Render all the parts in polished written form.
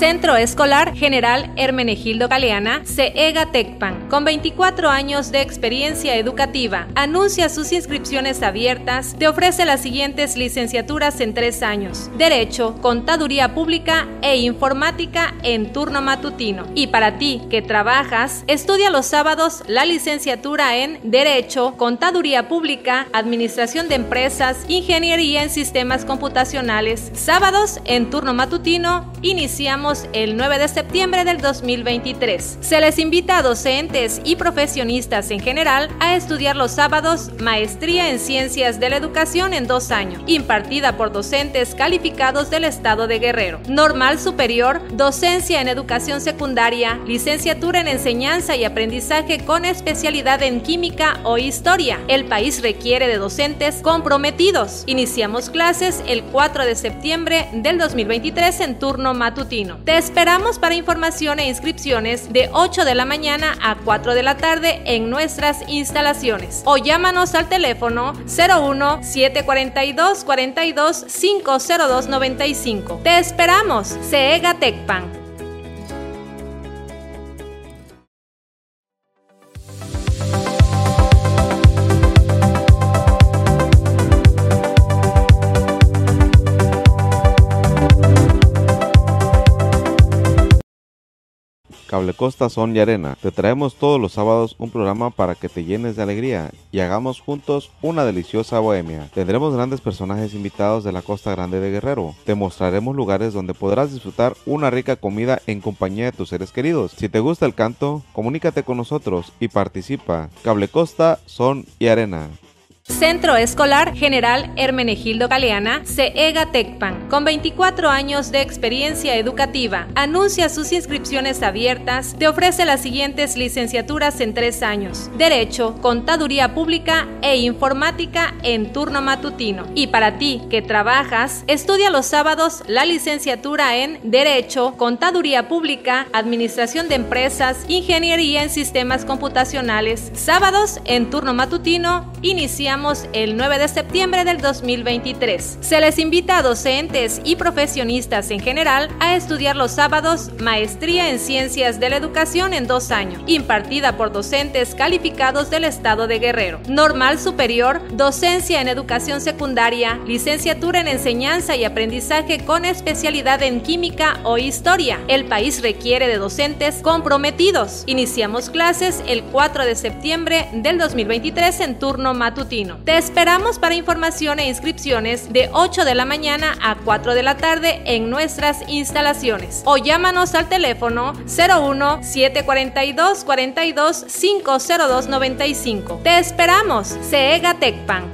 Centro Escolar General Hermenegildo Galeana, CEGA Tecpan, con 24 años de experiencia educativa. Anuncia sus inscripciones abiertas. Te ofrece las siguientes licenciaturas en 3 años: Derecho, Contaduría Pública e Informática en turno matutino. Y para ti que trabajas, estudia los sábados la licenciatura en Derecho, Contaduría Pública, Administración de Empresas, Ingeniería en Sistemas Computacionales. Sábados en turno matutino. Iniciamos el 9 de septiembre del 2023. Se les invita a docentes y profesionistas en general a estudiar los sábados Maestría en Ciencias de la Educación en 2 años, impartida por docentes calificados del estado de Guerrero. Normal superior, docencia en educación secundaria, licenciatura en enseñanza y aprendizaje con especialidad en química o historia. El país requiere de docentes comprometidos. Iniciamos clases el 4 de septiembre del 2023 en turno matutino. Te esperamos para información e inscripciones de 8 de la mañana a 4 de la tarde en nuestras instalaciones, o llámanos al teléfono 01 742 42 502 95. Te esperamos, CEGA Tecpan. Cable Costa Son y Arena. Te traemos todos los sábados un programa para que te llenes de alegría y hagamos juntos una deliciosa bohemia. Tendremos grandes personajes invitados de la Costa Grande de Guerrero. Te mostraremos lugares donde podrás disfrutar una rica comida en compañía de tus seres queridos. Si te gusta el canto, comunícate con nosotros y participa. Cable Costa Son y Arena. Centro Escolar General Hermenegildo Galeana, CEGA Tecpan, con 24 años de experiencia educativa. Anuncia sus inscripciones abiertas. Te ofrece las siguientes licenciaturas en 3 años: Derecho, Contaduría Pública e Informática en turno matutino. Y para ti que trabajas, estudia los sábados la licenciatura en Derecho, Contaduría Pública, Administración de Empresas, Ingeniería en Sistemas Computacionales. Sábados en turno matutino. Iniciamos el 9 de septiembre del 2023. Se les invita a docentes y profesionistas en general a estudiar los sábados Maestría en Ciencias de la Educación en 2 años, impartida por docentes calificados del estado de Guerrero. Normal superior, docencia en educación secundaria, licenciatura en enseñanza y aprendizaje con especialidad en química o historia. El país requiere de docentes comprometidos. Iniciamos clases el 4 de septiembre del 2023 en turno matutino. Te esperamos para información e inscripciones de 8 de la mañana a 4 de la tarde en nuestras instalaciones, o llámanos al teléfono 01 742 42 502 95. Te esperamos, CEGA Tecpan.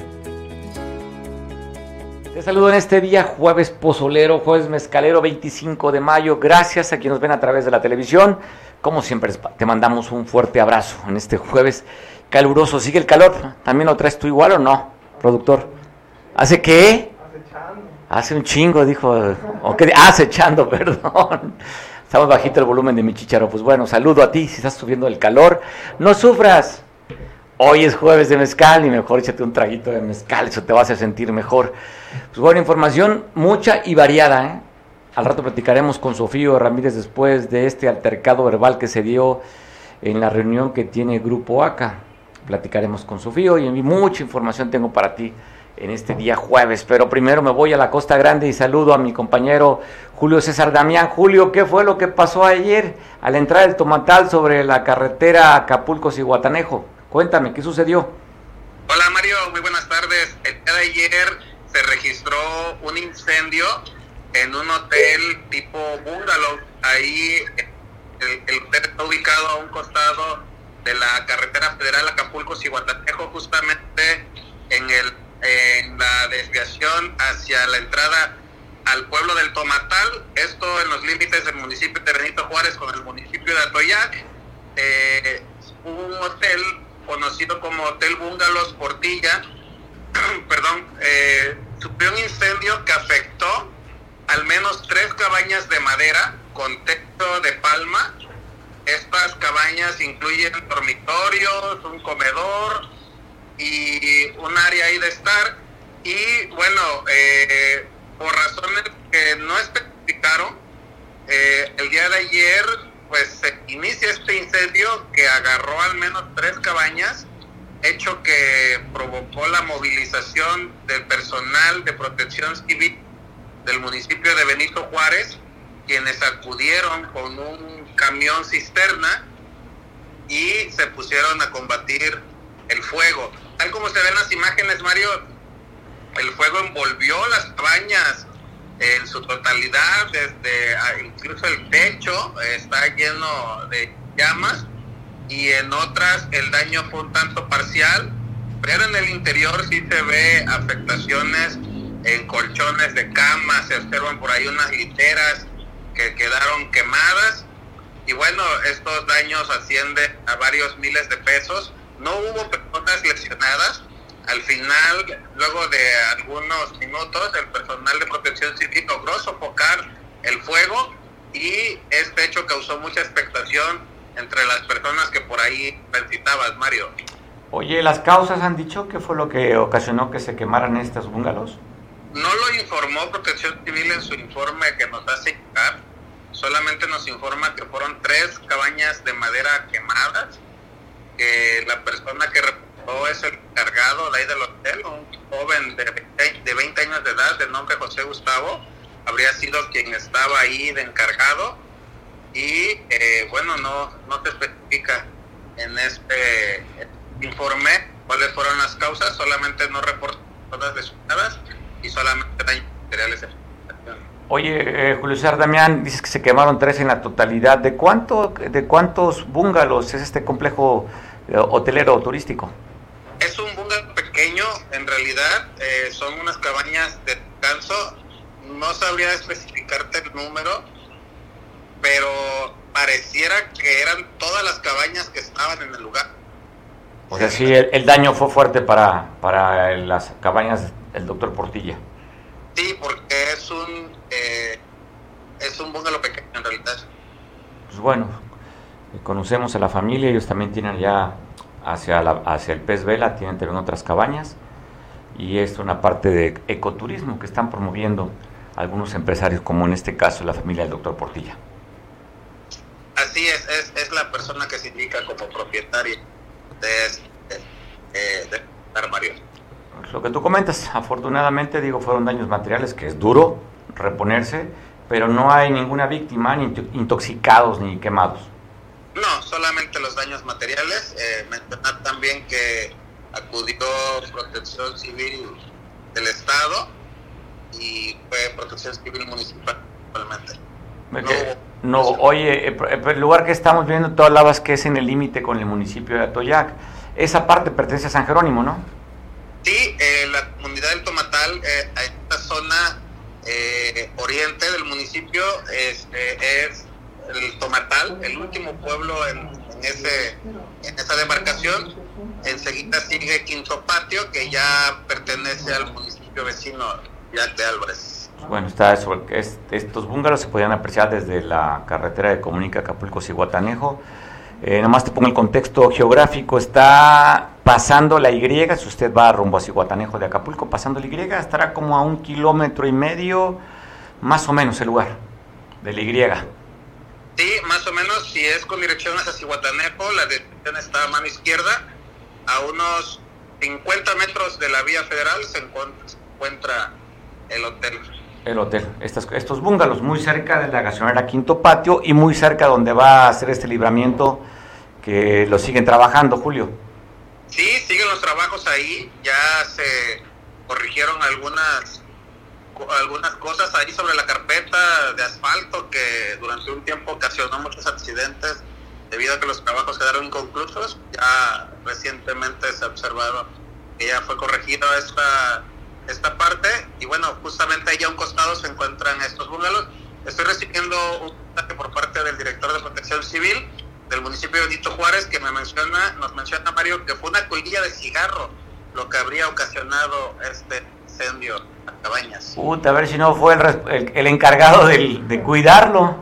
Te saludo en este día jueves pozolero, jueves mezcalero, 25 de mayo. Gracias a quienes nos ven a través de la televisión. Como siempre, te mandamos un fuerte abrazo en este jueves caluroso. ¿Sigue el calor? ¿También lo traes tú igual o no, productor? ¿Hace qué? Hace un chingo, dijo. ¿O qué? Acechando, perdón. Estamos bajito el volumen de mi chícharo. Pues bueno, saludo a ti si estás subiendo el calor. No sufras. Hoy es jueves de mezcal y mejor échate un traguito de mezcal, eso te va a hacer sentir mejor. Pues bueno, información mucha y variada, ¿eh? Al rato platicaremos con Sofío Ramírez después de este altercado verbal que se dio en la reunión que tiene Grupo ACA. Platicaremos con Sofío y mucha información tengo para ti en este día jueves. Pero primero me voy a la Costa Grande y saludo a mi compañero Julio César Damián. Julio, ¿qué fue lo que pasó ayer al entrar el Tomatal sobre la carretera Acapulco-Zihuatanejo? Cuéntame, ¿qué sucedió? Hola Mario, muy buenas tardes. El día de ayer se registró un incendio en un hotel tipo bungalow. Ahí el hotel está ubicado a un costado de la carretera federal Acapulco-Zihuatanejo, justamente en la desviación hacia la entrada al pueblo del Tomatal, esto en los límites del municipio de Benito Juárez con el municipio de Atoyac. Un hotel conocido como Hotel Bungalows Portilla, sufrió un incendio que afectó al menos 3 cabañas de madera con techo de palma. Estas cabañas incluyen dormitorios, un comedor y un área ahí de estar. Y bueno, por razones que no especificaron, el día de ayer pues se inicia este incendio que agarró al menos 3 cabañas, hecho que provocó la movilización del personal de protección civil del municipio de Benito Juárez, quienes acudieron con un camión cisterna y se pusieron a combatir el fuego. Tal como se ven las imágenes, Mario, el fuego envolvió las cabañas en su totalidad, desde incluso el techo está lleno de llamas, y en otras el daño fue un tanto parcial, pero en el interior sí se ve afectaciones en colchones de cama, se observan por ahí unas literas que quedaron quemadas, y bueno, estos daños ascienden a varios miles de pesos. No hubo personas lesionadas. Al final, luego de algunos minutos, el personal de protección civil logró sofocar el fuego, y este hecho causó mucha expectación entre las personas que por ahí transitaban, Mario. Oye, ¿las causas han dicho qué fue lo que ocasionó que se quemaran estos bungalows? No lo informó Protección Civil en su informe que nos hace llegar. Solamente nos informa que fueron 3 cabañas de madera quemadas, que la persona que reportó es el encargado de ahí del hotel, un joven de 20 años de edad, de nombre José Gustavo, habría sido quien estaba ahí de encargado, y bueno, no se especifica en este informe cuáles fueron las causas, solamente no reportó todas lesionadas y solamente daños materiales. Oye, Julio César Damián, dices que se quemaron 3 en la totalidad. ¿De cuántos bungalows es este complejo hotelero o turístico? Es un bungalow pequeño, en realidad son unas cabañas de descanso. No sabría especificarte el número, pero pareciera que eran todas las cabañas que estaban en el lugar. O sea, sí, el daño fue fuerte para las cabañas del doctor Portilla. Sí, porque es un bungalow pequeño en realidad. Pues bueno, conocemos a la familia, ellos también tienen ya hacia el Pez Vela, tienen también otras cabañas, y es una parte de ecoturismo que están promoviendo algunos empresarios, como en este caso la familia del doctor Portilla. Así es la persona que se indica como propietaria de armario. Lo que tú comentas, afortunadamente, fueron daños materiales, que es duro reponerse, pero no hay ninguna víctima, ni intoxicados, ni quemados. No, solamente los daños materiales. Mencionar también que acudió Protección Civil del Estado y fue Protección Civil Municipal actualmente. Oye, el lugar que estamos viendo, tú hablabas que es en el límite con el municipio de Atoyac. Esa parte pertenece a San Jerónimo, ¿no? Sí, la comunidad del Tomatal, a esta zona oriente del municipio, es el Tomatal, el último pueblo en esa demarcación. Enseguida sigue Quinto Patio, que ya pertenece al municipio vecino de Álvarez. Bueno, estos bungalows se podían apreciar desde la carretera que comunica Acapulco-Zihuatanejo. Nomás te pongo el contexto geográfico, está pasando la Y, si usted va rumbo a Zihuatanejo de Acapulco, pasando la Y, estará como a 1,5 kilómetros, más o menos el lugar de la Y. Sí, más o menos, si es con dirección hacia Zihuatanejo, la dirección está a mano izquierda, a unos 50 metros de la vía federal se encuentra el hotel. Estos bungalows muy cerca de la gasolinera Quinto Patio y muy cerca donde va a hacer este libramiento, que lo siguen trabajando, Julio. Sí, siguen los trabajos ahí, ya se corrigieron algunas cosas ahí sobre la carpeta de asfalto que durante un tiempo ocasionó muchos accidentes debido a que los trabajos quedaron inconclusos. Ya recientemente se ha observado que ya fue corregida esta parte, y bueno, justamente ahí a un costado se encuentran estos bungalows. Estoy recibiendo un mensaje por parte del director de Protección Civil del municipio de Benito Juárez, que nos menciona Mario, que fue una colilla de cigarro lo que habría ocasionado este incendio a cabañas. A ver si no fue el encargado de cuidarlo.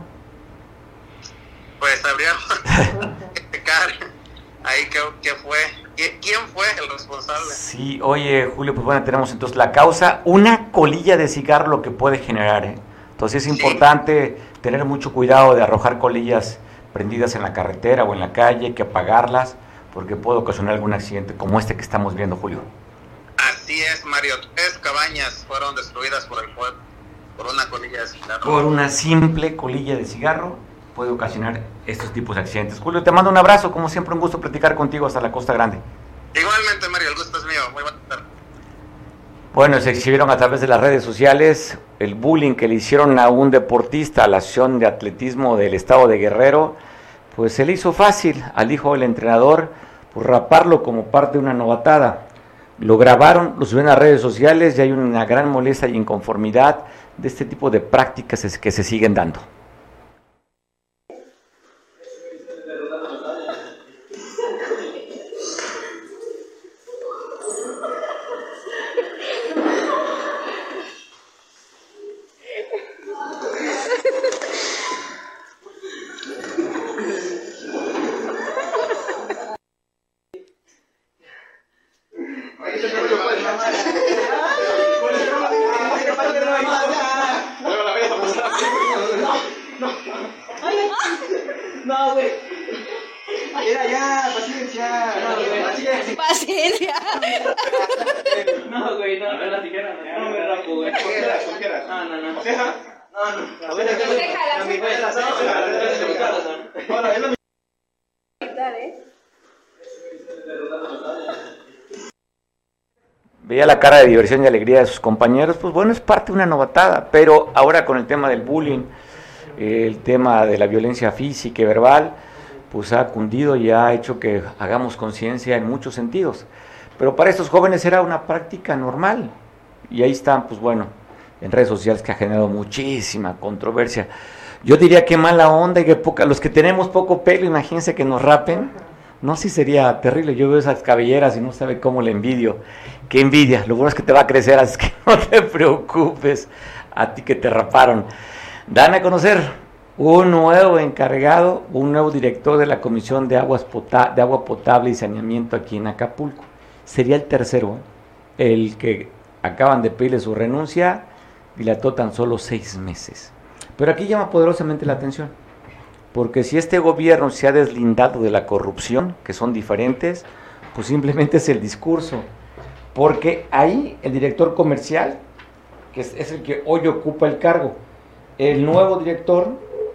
Pues habría que checar ahí quién fue el responsable. Sí, oye, Julio, pues bueno, tenemos entonces la causa, una colilla de cigarro lo que puede generar, Entonces es importante tener mucho cuidado de arrojar colillas prendidas en la carretera o en la calle, que apagarlas, porque puede ocasionar algún accidente como este que estamos viendo, Julio. Así es, Mario. 3 cabañas fueron destruidas por el fuego, por una colilla de cigarro. Por una simple colilla de cigarro puede ocasionar estos tipos de accidentes. Julio, te mando un abrazo, como siempre un gusto platicar contigo hasta la Costa Grande. Igualmente, Mario, el gusto es mío. Muy buenas tardes. Bueno, se exhibieron a través de las redes sociales el bullying que le hicieron a un deportista a la Asociación de Atletismo del Estado de Guerrero. Pues se le hizo fácil al hijo del entrenador pues raparlo como parte de una novatada. Lo grabaron, lo subieron a las redes sociales y hay una gran molestia y inconformidad de este tipo de prácticas que se siguen dando. No, güey. Era ya, paciencia. Paciencia. No, güey, no. A ver la tijera. No me rapo, güey. Cogeras. No. ¿Ceja? No. A ver, Veía la cara de diversión y alegría de sus compañeros, pues bueno, es parte de una novatada, pero ahora con el tema del bullying, el tema de la violencia física y verbal, pues ha cundido y ha hecho que hagamos conciencia en muchos sentidos. Pero para estos jóvenes era una práctica normal, y ahí están, pues bueno, en redes sociales, que ha generado muchísima controversia. Yo diría que mala onda y que los que tenemos poco pelo, imagínense que nos rapen. No, sí sería terrible. Yo veo esas cabelleras y no sabe cómo le envidio. Qué envidia. Lo bueno es que te va a crecer, así que no te preocupes. A ti que te raparon. Dan a conocer un nuevo encargado, un nuevo director de la Comisión de Agua Potable y Saneamiento aquí en Acapulco. Sería el tercero, el que acaban de pedirle su renuncia, dilató tan solo 6 meses. Pero aquí llama poderosamente la atención, porque si este gobierno se ha deslindado de la corrupción, que son diferentes, pues simplemente es el discurso. Porque ahí el director comercial, que es el que hoy ocupa el cargo, el nuevo director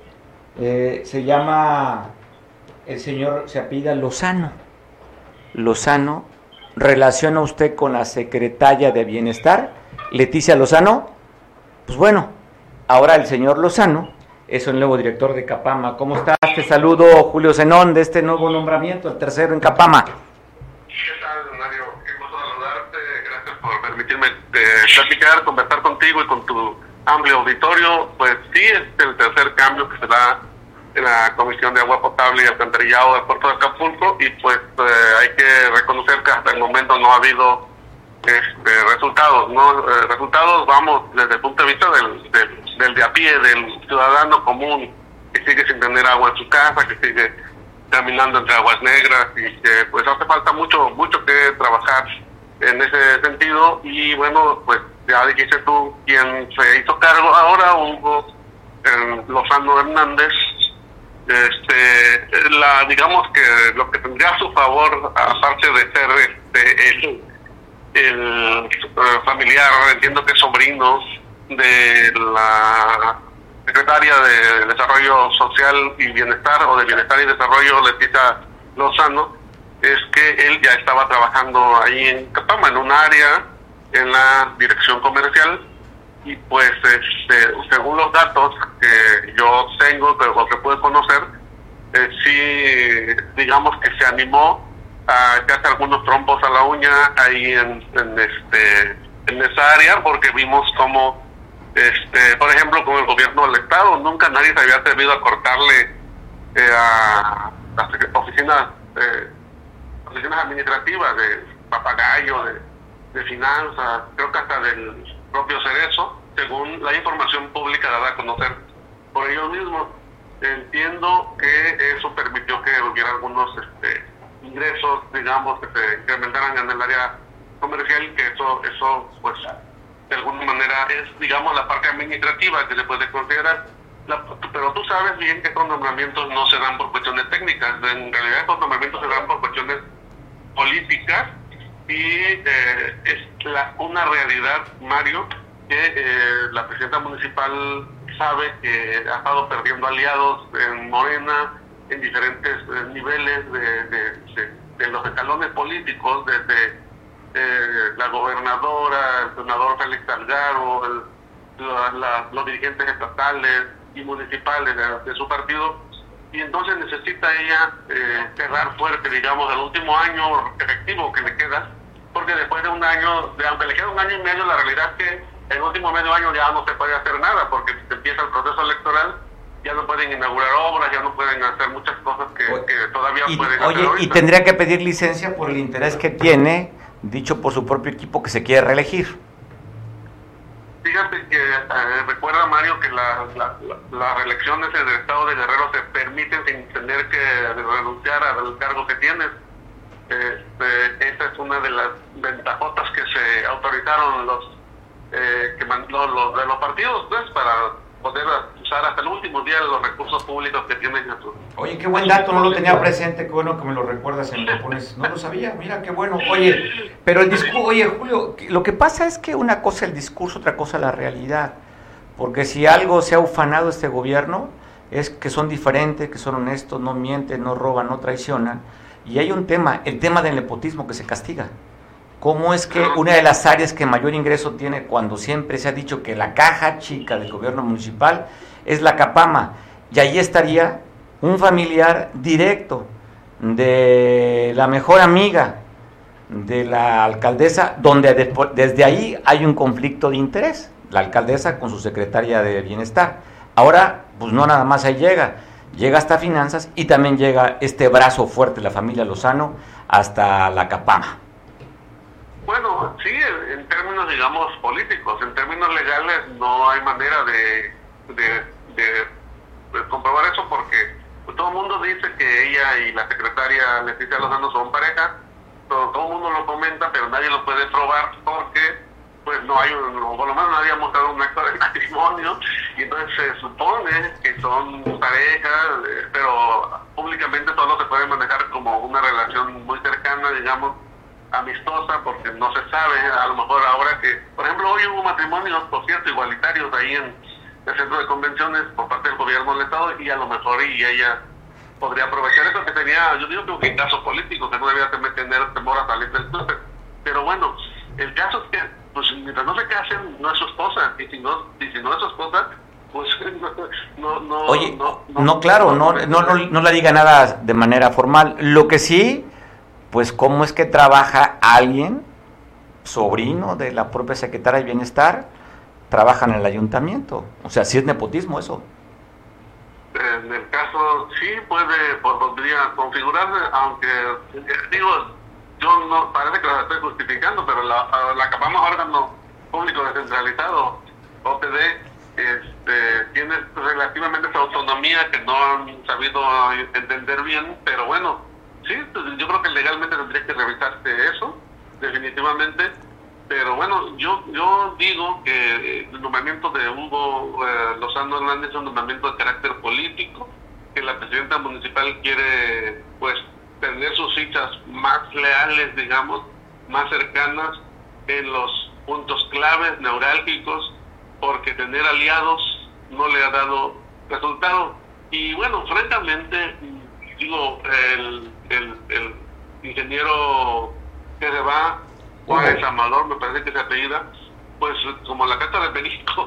se llama, el señor se apellida Lozano. Lozano, ¿relaciona usted con la secretaria de Bienestar, Leticia Lozano? Pues bueno, ahora el señor Lozano es el nuevo director de Capama. ¿Cómo estás? Te saludo, Julio Zenón, de este nuevo nombramiento, el tercero en Capama. ¿Qué tal, Mario? Qué gusto saludarte. Gracias por permitirme platicar, conversar contigo y con tu amplio auditorio. Pues sí, es el tercer cambio que se da en la Comisión de Agua Potable y Alcantarillado del Puerto de Acapulco, y pues hay que reconocer que hasta el momento no ha habido resultados, ¿no? Resultados, vamos, desde el punto de vista del de a pie, del ciudadano común, que sigue sin tener agua en su casa, que sigue caminando entre aguas negras, y que pues hace falta mucho que trabajar en ese sentido. Y bueno, pues ya dijiste tú, quien se hizo cargo ahora, Hugo Lozano Hernández, digamos que lo que tendría a su favor, aparte de ser el familiar, entiendo que es sobrino de la secretaria de Desarrollo Social y Bienestar, o de Bienestar y Desarrollo, Leticia Lozano, es que él ya estaba trabajando ahí en Capama, en un área, en la dirección comercial, y pues según los datos que yo tengo, o que puedo conocer, sí, digamos que se animó a echarse algunos trompos a la uña ahí en esa área, porque vimos como por ejemplo, con el gobierno del estado nunca nadie se había atrevido a cortarle a las oficinas administrativas de Papagayo, de finanzas, creo que hasta del propio Cerezo, según la información pública dada a conocer por ellos mismos. Entiendo que eso permitió que hubiera algunos ingresos, digamos, que se incrementaran en el área comercial, que eso pues de alguna manera es, digamos, la parte administrativa que se puede considerar. Pero tú sabes bien que estos nombramientos no se dan por cuestiones técnicas, en realidad estos nombramientos se dan por cuestiones políticas y es una realidad, Mario, que la presidenta municipal sabe que ha estado perdiendo aliados en Morena en diferentes niveles de los escalones políticos, desde la gobernadora, el senador Félix Salgado, los dirigentes estatales y municipales de su partido, y entonces necesita ella cerrar fuerte, digamos, el último año efectivo que le queda, porque después de un año, aunque le queda un año y medio, la realidad es que el último medio año ya no se puede hacer nada, porque si empieza el proceso electoral, ya no pueden inaugurar obras, ya no pueden hacer muchas cosas que todavía pueden hacer ahorita. Y tendría que pedir licencia por el interés que tiene, dicho por su propio equipo, que se quiere reelegir. Fíjate que recuerda, Mario, que las reelecciones en el estado de Guerrero se permiten sin tener que renunciar al cargo que tienes. Esa es una de las ventajotas que se autorizaron los de los partidos, pues, para poder usar hasta el último día los recursos públicos que tienen. Oye, qué buen dato, no lo tenía presente, qué bueno que me lo recuerdas en japonés, no lo sabía, mira qué bueno. Oye, pero el discurso, oye Julio, lo que pasa es que una cosa es el discurso, otra cosa la realidad, porque si algo se ha ufanado este gobierno es que son diferentes, que son honestos, no mienten, no roban, no traicionan, y hay un tema, el tema del nepotismo que se castiga. ¿Cómo es que una de las áreas que mayor ingreso tiene, cuando siempre se ha dicho que la caja chica del gobierno municipal es la Capama? Y ahí estaría un familiar directo de la mejor amiga de la alcaldesa, donde desde ahí hay un conflicto de interés, la alcaldesa con su secretaria de bienestar. Ahora, pues no nada más ahí llega hasta finanzas y también llega este brazo fuerte de la familia Lozano hasta la Capama. Bueno, sí, en términos, digamos, políticos, en términos legales no hay manera de comprobar eso, porque pues, todo el mundo dice que ella y la secretaria Leticia Lozano son pareja, todo el mundo lo comenta, pero nadie lo puede probar porque pues no hay, o por lo menos nadie ha mostrado un acto de matrimonio, y entonces se supone que son pareja, pero públicamente solo se puede manejar como una relación muy cercana, digamos, amistosa, porque no se sabe, a lo mejor ahora que, por ejemplo, hoy hubo matrimonios, por cierto, igualitarios ahí en el centro de convenciones por parte del gobierno del estado, y a lo mejor y ella podría aprovechar eso que tenía, yo digo que un caso político, que no debía tener temor a salir del closet, pero bueno, el caso es que, pues mientras no se casen, no es su esposa, y si no es su esposa, pues no. Oye, no le diga nada de manera formal, lo que sí, pues cómo es que trabaja alguien, sobrino de la propia secretaria de Bienestar, trabaja en el ayuntamiento. O sea, sí es nepotismo eso. En el caso, sí podría configurarse, aunque, digo, yo no, parece que lo estoy justificando, pero la Capama es órgano público descentralizado, OPD, tiene relativamente esa autonomía que no han sabido entender bien, pero bueno, sí, pues yo creo que legalmente tendría que revisarse eso, definitivamente, pero bueno, yo digo que el nombramiento de Hugo Lozano Hernández es un nombramiento de carácter político, que la presidenta municipal quiere, pues, tener sus fichas más leales, digamos, más cercanas en los puntos claves, neurálgicos, porque tener aliados no le ha dado resultado. Y bueno, francamente, digo, el ingeniero que se va, Juárez Amador, me parece que se apellida, pues como la caca de perico,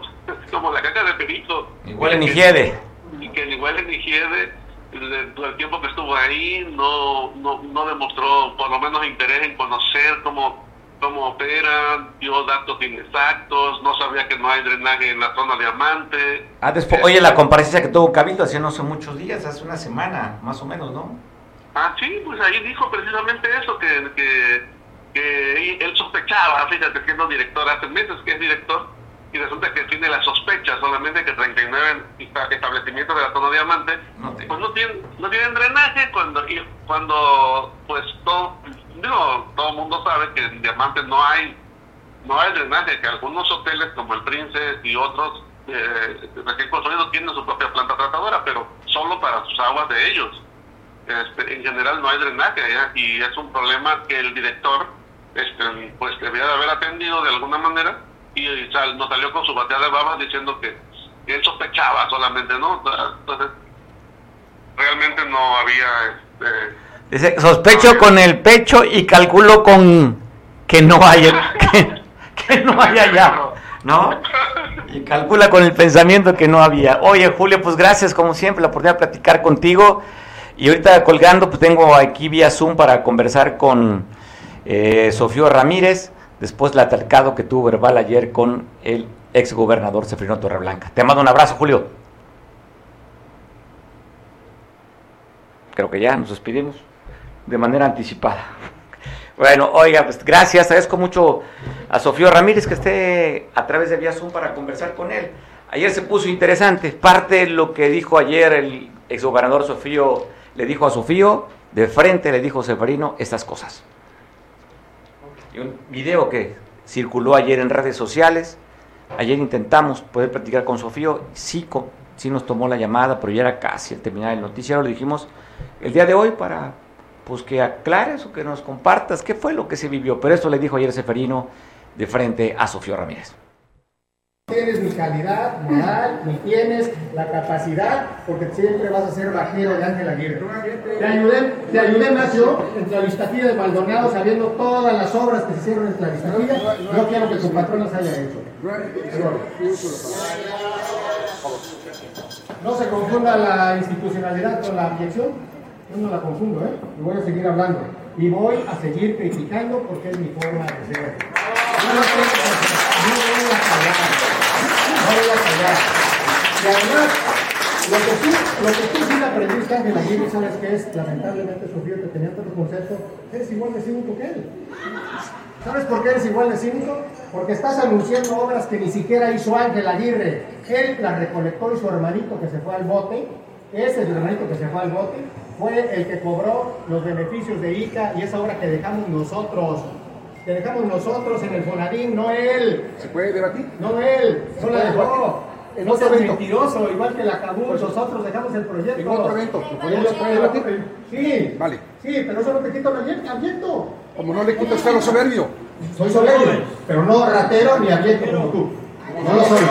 igual en Igiede. Y que igual en Igiede, todo el tiempo que estuvo ahí, no demostró por lo menos interés en conocer cómo opera, dio datos inexactos, no sabía que no hay drenaje en la zona de Amante. Después, oye, la comparecencia que tuvo Cabildo hace no hace muchos días, hace una semana, más o menos, ¿no? Sí, pues ahí dijo precisamente eso, que él sospechaba, fíjate, siendo director hace meses que es director, y resulta que tiene la sospecha solamente que 39 establecimientos de la zona de Diamante pues no tienen drenaje, cuando pues todo el mundo sabe que en Diamante no hay no hay drenaje, que algunos hoteles como el Princess y otros recién construidos tienen su propia planta tratadora, pero solo para sus aguas de ellos. En general no hay drenaje allá, y es un problema que el director pues debía de haber atendido de alguna manera, y nos salió con su batea de babas diciendo que él sospechaba solamente, ¿no? Entonces realmente no había dice, sospecho con el pecho y calculo con que no haya que no haya ya, ¿no? Y calcula con el pensamiento que no había. Oye, Julio, pues gracias como siempre la oportunidad de platicar contigo. Y ahorita colgando, pues tengo aquí vía Zoom para conversar con Sofío Ramírez, después del altercado que tuvo verbal ayer con el ex gobernador Zefirino Torreblanca. Te mando un abrazo, Julio. Creo que ya nos despedimos de manera anticipada. Bueno, oiga, pues gracias, agradezco mucho a Sofío Ramírez que esté a través de vía Zoom para conversar con él. Ayer se puso interesante, parte de lo que dijo ayer el exgobernador Sofío, le dijo a Sofío, de frente le dijo Zefirino estas cosas. Y un video que circuló ayer en redes sociales, ayer intentamos poder platicar con Sofío, sí nos tomó la llamada, pero ya era casi el terminar el noticiero, le dijimos el día de hoy para pues que aclares o que nos compartas qué fue lo que se vivió, pero esto le dijo ayer Zefirino de frente a Sofío Ramírez. Tienes ni calidad moral, ni tienes la capacidad, porque siempre vas a ser vaquero de Ángel Aguirre. Te ayudé más yo en Tlaviscatilla de Maldonado, sabiendo todas las obras que se hicieron en Tlaviscatilla. No quiero que tu patrón las haya hecho. No se confunda la institucionalidad con la abyección. Yo no la confundo, y voy a seguir hablando. Y voy a seguir criticando porque es mi forma de ser. No voy a callar. Y además, lo que tú sí aprendiste, Ángel Aguirre, ¿sabes qué es? Lamentablemente, Sofío, que tenía otro concepto, eres igual de cínico que él. ¿Sabes por qué eres igual de cínico? Porque estás anunciando obras que ni siquiera hizo Ángel Aguirre. Él las recolectó y su hermanito que se fue al bote, ese es el hermanito que se fue al bote, fue el que cobró los beneficios de ICA y esa obra que dejamos nosotros. Que dejamos nosotros en el Fonadín, no él. ¿Se puede debatir? No él, no la dejó. No seas mentiroso, igual que la Cabul, pues nosotros dejamos el proyecto. ¿En otro evento? ¿Podemos debatir? Sí. Vale. Sí, pero eso no te quita el abyecto. Como no le quita usted lo soberbio. Soy soberbio, pero no ratero ni abyecto como tú. No lo soy.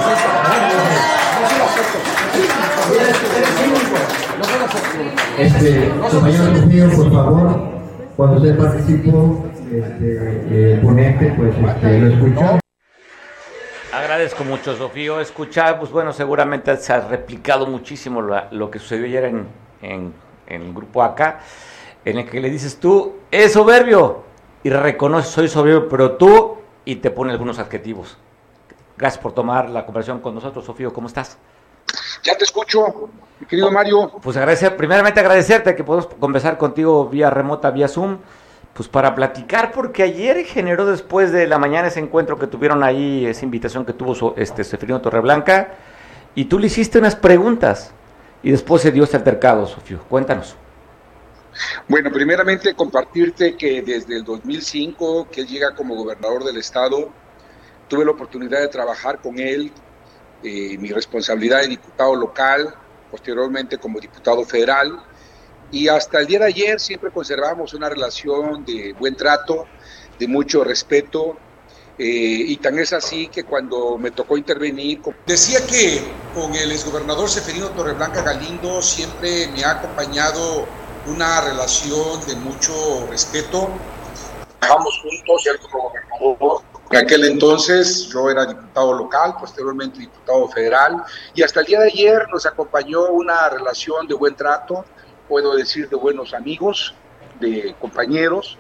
Compañero Sofío, por favor, cuando usted participó, ponente, pues lo escuchó. Agradezco mucho, Sofío, escuchar, pues bueno, seguramente se ha replicado muchísimo lo que sucedió ayer en el grupo acá, en el que le dices tú, es soberbio, y reconoces, soy soberbio, pero tú, y te pone algunos adjetivos. Gracias por tomar la conversación con nosotros, Sofío, ¿cómo estás? Ya te escucho, mi querido Mario. Pues primeramente agradecerte que podemos conversar contigo vía remota, vía Zoom, pues para platicar, porque ayer generó después de la mañana ese encuentro que tuvieron ahí, esa invitación que tuvo Zefirino Torreblanca, y tú le hiciste unas preguntas, y después se dio este altercado, Sofío. Cuéntanos. Bueno, primeramente compartirte que desde el 2005, que él llega como gobernador del estado, tuve la oportunidad de trabajar con él, mi responsabilidad de diputado local, posteriormente como diputado federal, y hasta el día de ayer siempre conservamos una relación de buen trato, de mucho respeto, y tan es así que cuando me tocó intervenir... Decía que con el exgobernador Zefirino Torreblanca Galindo siempre me ha acompañado una relación de mucho respeto. Trabajamos juntos, él como gobernador. En aquel entonces yo era diputado local, posteriormente diputado federal, y hasta el día de ayer nos acompañó una relación de buen trato, puedo decir de buenos amigos, de compañeros,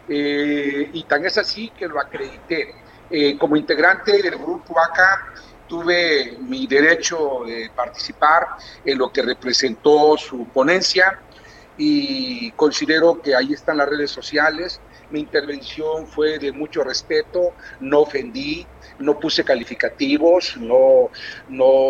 y tan es así que lo acredité. Como integrante del grupo ACA tuve mi derecho de participar en lo que representó su ponencia, y considero que ahí están las redes sociales. Mi intervención fue de mucho respeto, no ofendí, no puse calificativos, no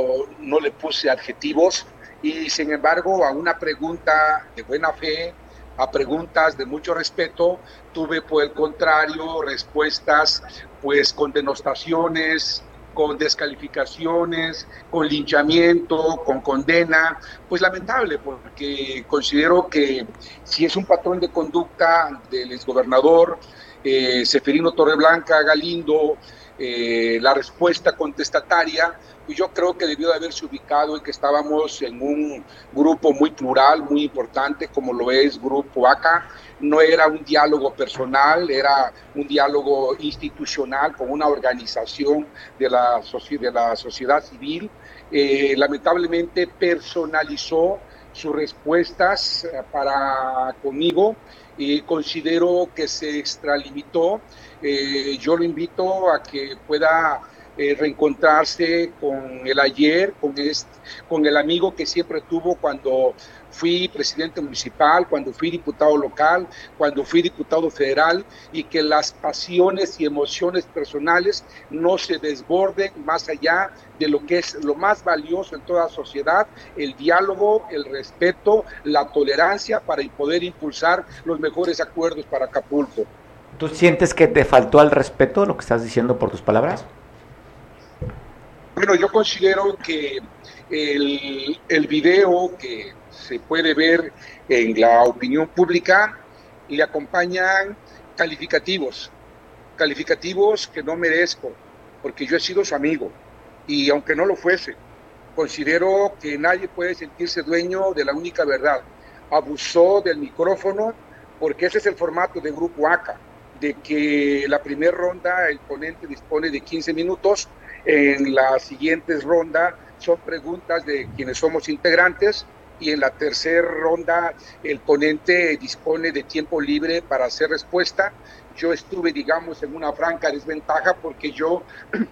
le puse adjetivos, y sin embargo a una pregunta de buena fe a preguntas de mucho respeto, tuve por el contrario respuestas pues con denostaciones, con descalificaciones, con linchamiento, con condena, pues lamentable, porque considero que si es un patrón de conducta del exgobernador Zeferino Torreblanca Galindo, la respuesta contestataria, pues yo creo que debió de haberse ubicado en que estábamos en un grupo muy plural, muy importante, como lo es Grupo ACA. No era un diálogo personal, era un diálogo institucional con una organización de la sociedad civil. Lamentablemente personalizó sus respuestas para conmigo y considero que se extralimitó. Yo lo invito a que pueda reencontrarse con el ayer, con el amigo que siempre tuvo cuando fui presidente municipal, cuando fui diputado local, cuando fui diputado federal, y que las pasiones y emociones personales no se desborden más allá de lo que es lo más valioso en toda sociedad, el diálogo, el respeto, la tolerancia para poder impulsar los mejores acuerdos para Acapulco. ¿Tú sientes que te faltó al respeto lo que estás diciendo por tus palabras? Bueno, yo considero que el video que se puede ver en la opinión pública le acompañan calificativos que no merezco, porque yo he sido su amigo, y aunque no lo fuese, considero que nadie puede sentirse dueño de la única verdad. Abusó del micrófono, porque ese es el formato de Grupo ACA, de que la primera ronda el ponente dispone de 15 minutos, en la siguiente ronda son preguntas de quienes somos integrantes, y en la tercera ronda el ponente dispone de tiempo libre para hacer respuesta. Yo estuve, digamos, en una franca desventaja porque yo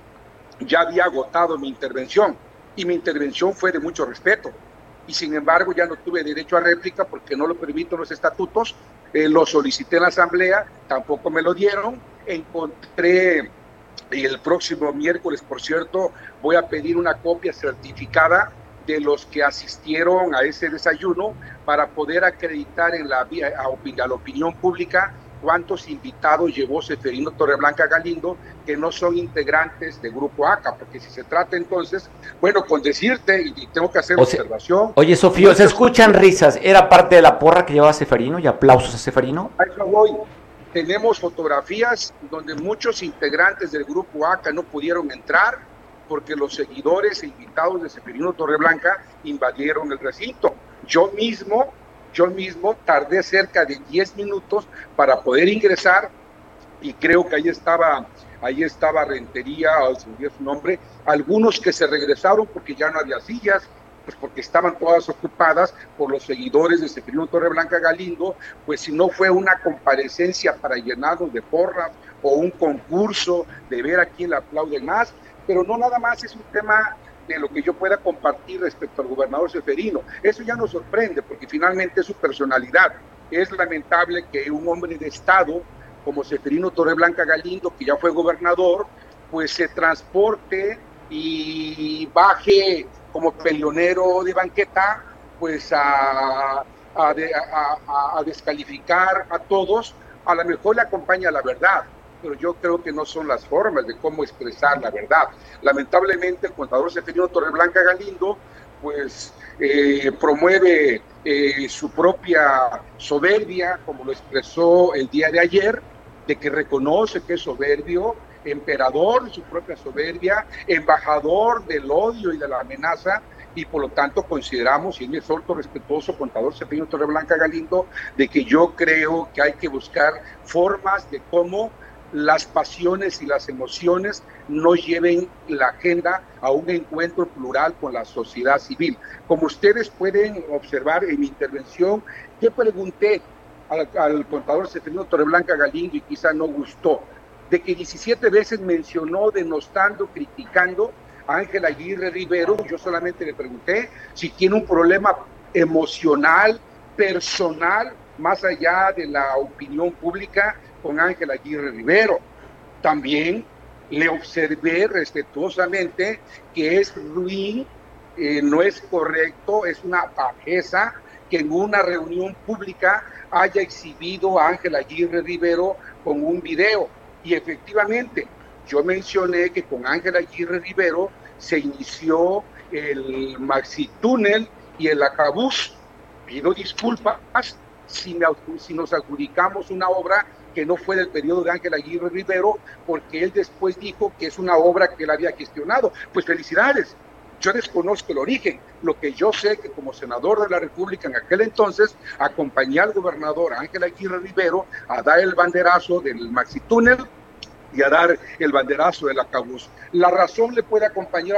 ya había agotado mi intervención, y mi intervención fue de mucho respeto, y sin embargo ya no tuve derecho a réplica porque no lo permiten los estatutos. Lo solicité en la asamblea, tampoco me lo dieron. Encontré el próximo miércoles, por cierto, voy a pedir una copia certificada de los que asistieron a ese desayuno para poder acreditar en a la opinión pública cuántos invitados llevó Zeferino Torreblanca Galindo que no son integrantes de Grupo ACA, porque si se trata entonces, bueno, con decirte, y tengo que hacer observación. Oye, Sofío, se escuchan risas, ¿era parte de la porra que llevaba Zeferino y aplausos a Zeferino? A eso voy. Tenemos fotografías donde muchos integrantes del Grupo ACA no pudieron entrar porque los seguidores e invitados de Zeferino Torreblanca invadieron el recinto. Yo mismo tardé cerca de 10 minutos para poder ingresar, y creo que ahí estaba Rentería, o se me olvidó su nombre, algunos que se regresaron porque ya no había sillas, pues porque estaban todas ocupadas por los seguidores de Zeferino Torreblanca Galindo. Pues si no fue una comparecencia para llenarnos de porras o un concurso de ver a quién le aplauden más, pero no nada más es un tema de lo que yo pueda compartir respecto al gobernador Zeferino. Eso ya nos sorprende porque finalmente es su personalidad. Es lamentable que un hombre de Estado como Zeferino Torreblanca Galindo, que ya fue gobernador, pues se transporte y baje como peleonero de banqueta, pues a descalificar a todos. A lo mejor le acompaña la verdad, pero yo creo que no son las formas de cómo expresar la verdad. Lamentablemente el contador Zeferino Torreblanca Galindo pues promueve su propia soberbia, como lo expresó el día de ayer, de que reconoce que es soberbio, emperador de su propia soberbia, embajador del odio y de la amenaza, y por lo tanto consideramos, y me exhorto respetuoso, contador Zeferino Torreblanca Galindo, de que yo creo que hay que buscar formas de cómo las pasiones y las emociones no lleven la agenda a un encuentro plural con la sociedad civil. Como ustedes pueden observar en mi intervención, yo pregunté al contador Zeferino Torreblanca Galindo, y quizá no gustó, de que 17 veces mencionó denostando, criticando a Ángel Aguirre Rivero. Yo solamente le pregunté si tiene un problema emocional, personal, más allá de la opinión pública con Ángel Aguirre Rivero. También le observé respetuosamente que es ruin, no es correcto, es una bajeza que en una reunión pública haya exhibido a Ángel Aguirre Rivero con un video. Y efectivamente, yo mencioné que con Ángel Aguirre Rivero se inició el Maxitúnel y el Acabús. Pido disculpas si nos adjudicamos una obra que no fue del periodo de Ángel Aguirre Rivero, porque él después dijo que es una obra que él había gestionado. Pues felicidades. Yo desconozco el origen. Lo que yo sé que como senador de la República en aquel entonces acompañé al gobernador Ángel Aguirre Rivero a dar el banderazo del Maxitúnel y a dar el banderazo del Acabús. La razón le puede acompañar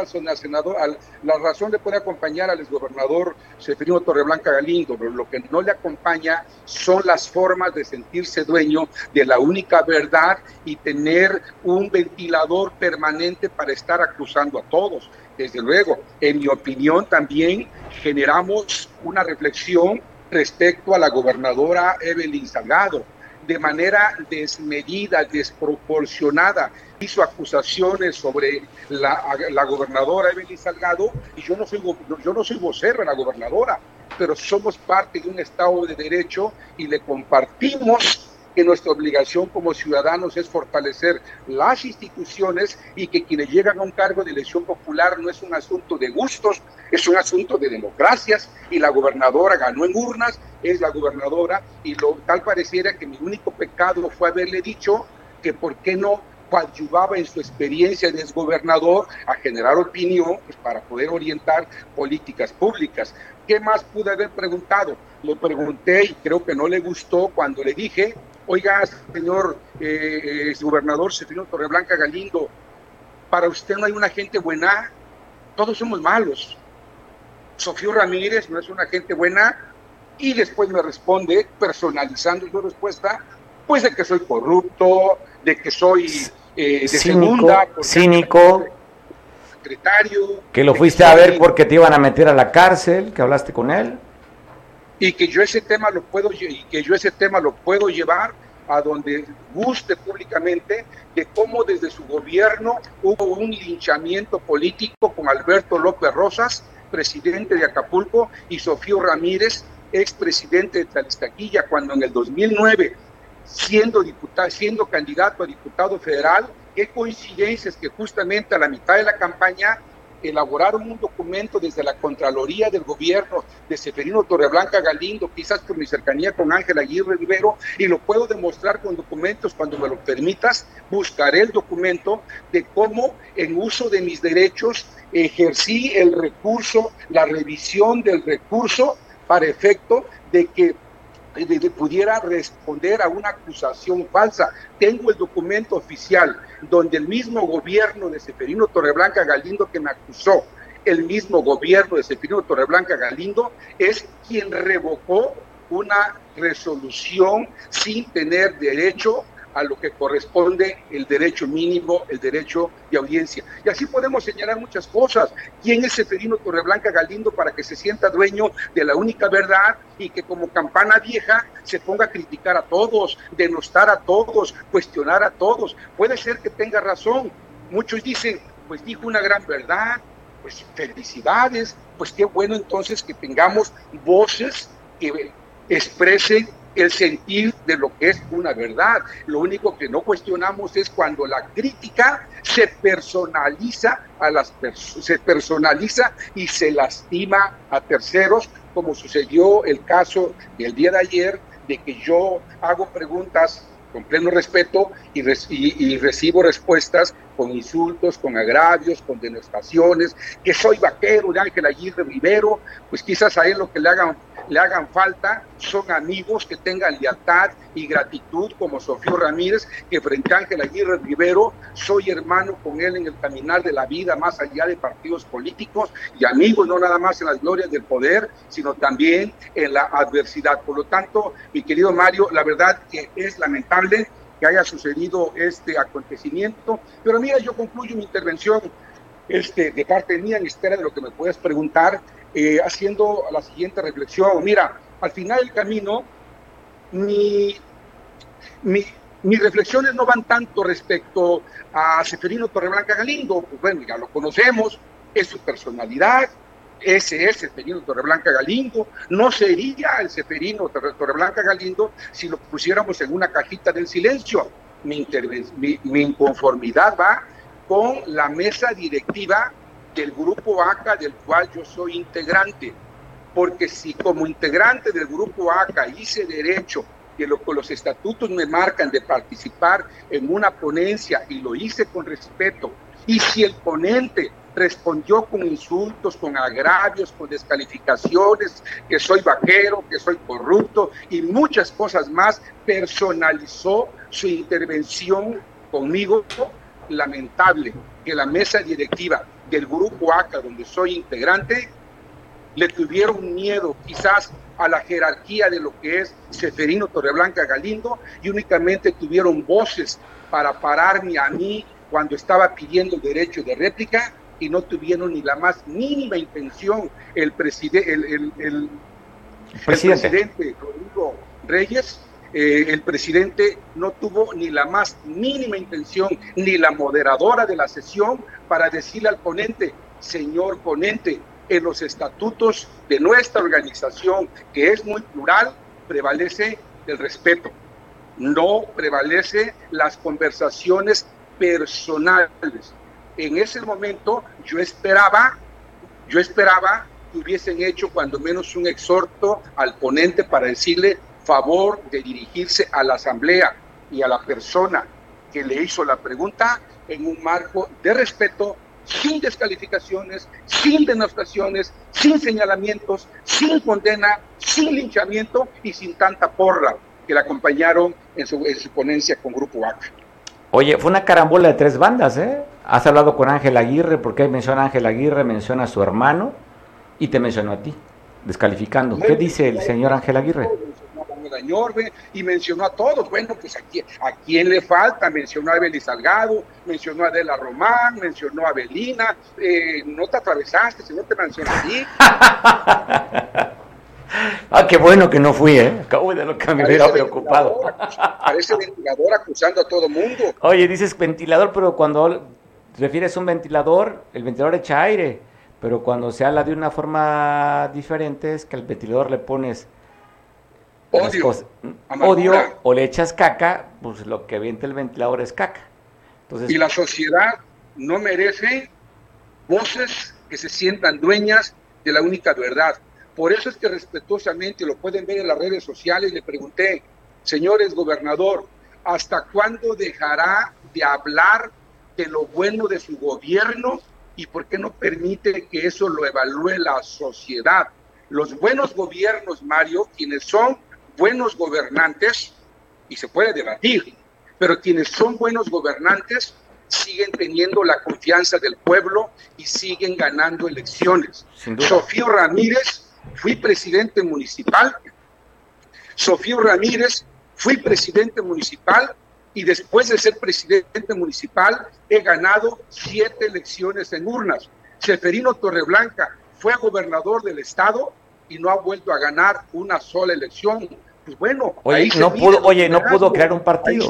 al exgobernador Zeferino Torreblanca Galindo, pero lo que no le acompaña son las formas de sentirse dueño de la única verdad y tener un ventilador permanente para estar acusando a todos. Desde luego, en mi opinión también generamos una reflexión respecto a la gobernadora Evelyn Salgado. De manera desmedida, desproporcionada, hizo acusaciones sobre la gobernadora Evelyn Salgado, y yo no soy vocero de la gobernadora, pero somos parte de un Estado de Derecho y le compartimos que nuestra obligación como ciudadanos es fortalecer las instituciones y que quienes llegan a un cargo de elección popular no es un asunto de gustos, es un asunto de democracias, y la gobernadora ganó en urnas, es la gobernadora, y tal pareciera que mi único pecado fue haberle dicho que por qué no coadyuvaba en su experiencia de exgobernador a generar opinión, pues, para poder orientar políticas públicas. ¿Qué más pude haber preguntado? Le pregunté y creo que no le gustó cuando le dije: oiga, señor gobernador Zeferino Torreblanca Galindo, para usted no hay una gente buena, todos somos malos. Sofío Ramírez no es una gente buena, y después me responde, personalizando su respuesta, pues de que soy corrupto, de que soy de segunda, cínico, secretario, que lo fuiste a ver porque te iban a meter a la cárcel, que hablaste con él. Y que yo ese tema lo puedo llevar a donde guste públicamente, de cómo desde su gobierno hubo un linchamiento político con Alberto López Rosas, presidente de Acapulco, y Sofío Ramírez, expresidente de Tlaxcala, cuando en el 2009, siendo candidato a diputado federal, qué coincidencias que justamente a la mitad de la campaña elaboraron un documento desde la Contraloría del Gobierno de Zeferino Torreblanca Galindo, quizás por mi cercanía con Ángel Aguirre Rivero, y lo puedo demostrar con documentos cuando me lo permitas. Buscaré el documento de cómo en uso de mis derechos ejercí el recurso, la revisión del recurso para efecto de que pudiera responder a una acusación falsa. Tengo el documento oficial donde el mismo gobierno de Zeferino Torreblanca Galindo que me acusó, el mismo gobierno de Zeferino Torreblanca Galindo es quien revocó una resolución sin tener derecho a lo que corresponde el derecho mínimo, el derecho de audiencia. Y así podemos señalar muchas cosas. ¿Quién es Zeferino Torreblanca Galindo para que se sienta dueño de la única verdad y que como campana vieja se ponga a criticar a todos, denostar a todos, cuestionar a todos? Puede ser que tenga razón. Muchos dicen, pues dijo una gran verdad, pues felicidades, pues qué bueno entonces que tengamos voces que expresen el sentir de lo que es una verdad. Lo único que no cuestionamos es cuando la crítica se personaliza y se lastima a terceros, como sucedió el caso del día de ayer, de que yo hago preguntas con pleno respeto y recibo respuestas con insultos, con agravios, con denostaciones, que soy vaquero de Ángel Aguirre Rivero. Pues quizás a él lo que le hagan falta son amigos que tengan lealtad y gratitud como Sofío Ramírez, que frente a Ángel Aguirre Rivero soy hermano con él en el caminar de la vida, más allá de partidos políticos, y amigos no nada más en las glorias del poder, sino también en la adversidad. Por lo tanto, mi querido Mario, la verdad que es lamentable que haya sucedido este acontecimiento, pero mira, yo concluyo mi intervención de parte mía, en espera de lo que me puedas preguntar, haciendo la siguiente reflexión. Mira, al final del camino, mis reflexiones no van tanto respecto a Zeferino Torreblanca Galindo, pues bueno, ya lo conocemos, es su personalidad, Ese es Seferino Torreblanca Galindo. No sería el Seferino Torreblanca Galindo si lo pusiéramos en una cajita del silencio. Mi inconformidad va con la mesa directiva del Grupo ACA, del cual yo soy integrante, porque si como integrante del Grupo ACA hice derecho, que los estatutos me marcan, de participar en una ponencia, y lo hice con respeto, y si el ponente respondió con insultos, con agravios, con descalificaciones, que soy vaquero, que soy corrupto y muchas cosas más, personalizó su intervención conmigo, lamentable que la mesa directiva del Grupo ACA, donde soy integrante, le tuvieron miedo quizás a la jerarquía de lo que es Seferino Torreblanca Galindo, y únicamente tuvieron voces para pararme a mí cuando estaba pidiendo el derecho de réplica, y no tuvieron ni la más mínima intención el presidente Rodrigo Reyes. El presidente no tuvo ni la más mínima intención, ni la moderadora de la sesión, para decirle al ponente: señor ponente, en los estatutos de nuestra organización, que es muy plural, prevalece el respeto, no prevalece las conversaciones personales. En ese momento yo esperaba que hubiesen hecho cuando menos un exhorto al ponente para decirle favor de dirigirse a la asamblea y a la persona que le hizo la pregunta en un marco de respeto, sin descalificaciones, sin denostaciones, sin señalamientos, sin condena, sin linchamiento y sin tanta porra que la acompañaron en su ponencia con Grupo ACA. Oye, fue una carambola de 3 bandas, ¿eh? Has hablado con Ángel Aguirre, porque menciona a Ángel Aguirre, menciona a su hermano y te mencionó a ti, descalificando. ¿Qué dice el señor Ángel Aguirre? Y mencionó a todos. Bueno, pues ¿a quién le falta? Mencionó a Evelyn Salgado, mencionó a Adela Román, mencionó a Avelina. No te atravesaste, si no te mencionó a ti. Qué bueno que no fui, acabo de lo que me hubiera preocupado. Parece ventilador acusando a todo mundo. Oye, dices ventilador, pero cuando refieres a un ventilador, el ventilador echa aire, pero cuando se habla de una forma diferente es que al ventilador le pones odio o le echas caca, pues lo que avienta el ventilador es caca. Entonces, y la sociedad no merece voces que se sientan dueñas de la única verdad. Por eso es que respetuosamente, lo pueden ver en las redes sociales, le pregunté: señores gobernador, ¿hasta cuándo dejará de hablar de lo bueno de su gobierno y por qué no permite que eso lo evalúe la sociedad? Los buenos gobiernos, Mario, quienes son buenos gobernantes, y se puede debatir, pero quienes son buenos gobernantes siguen teniendo la confianza del pueblo y siguen ganando elecciones. Sofío Ramírez, fui presidente municipal. Sofío Ramírez, fui presidente municipal, y después de ser presidente municipal he ganado 7 elecciones en urnas. Seferino Torreblanca fue gobernador del estado y no ha vuelto a ganar una sola elección. Pues bueno, no pudo crear un partido.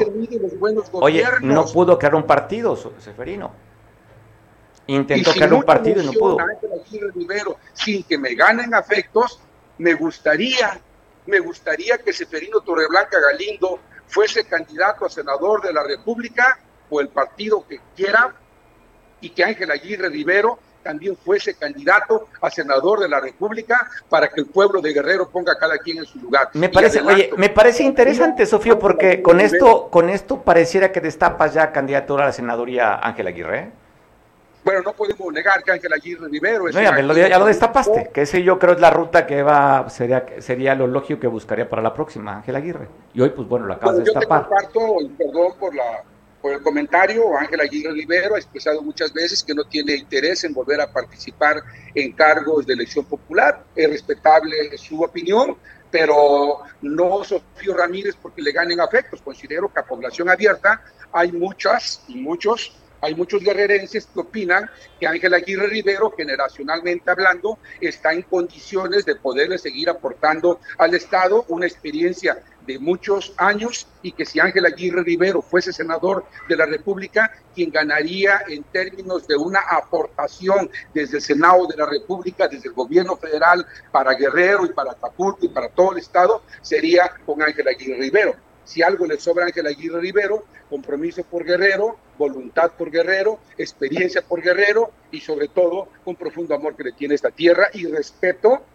No pudo crear un partido, Seferino. Intentó crear un partido y no pudo. Rivero, sin que me ganen afectos, me gustaría que Seferino Torreblanca Galindo fuese candidato a senador de la República o el partido que quiera, y que Ángel Aguirre Rivero también fuese candidato a senador de la República, para que el pueblo de Guerrero ponga a cada quien en su lugar. Me parece interesante, Sofío, porque con esto pareciera que destapas ya candidatura a la senaduría Ángel Aguirre. Bueno, no podemos negar que Ángel Aguirre Rivero es... ya lo destapaste, que ese yo creo es la ruta que sería lo lógico que buscaría para la próxima, Ángel Aguirre. Y hoy, pues bueno, lo acabas de destapar. Yo te comparto, y perdón por el comentario, Ángel Aguirre Rivero ha expresado muchas veces que no tiene interés en volver a participar en cargos de elección popular. Es respetable su opinión, pero no Sofío Ramírez porque le ganen afectos. Considero que a población abierta hay muchos guerrerenses que opinan que Ángel Aguirre Rivero, generacionalmente hablando, está en condiciones de poderle seguir aportando al Estado una experiencia de muchos años, y que si Ángel Aguirre Rivero fuese senador de la República, quien ganaría en términos de una aportación desde el Senado de la República, desde el gobierno federal para Guerrero y para Acapulco y para todo el estado, sería con Ángel Aguirre Rivero. Si algo le sobra a Ángel Aguirre Rivero, compromiso por Guerrero, voluntad por Guerrero, experiencia por Guerrero y sobre todo un profundo amor que le tiene esta tierra y respeto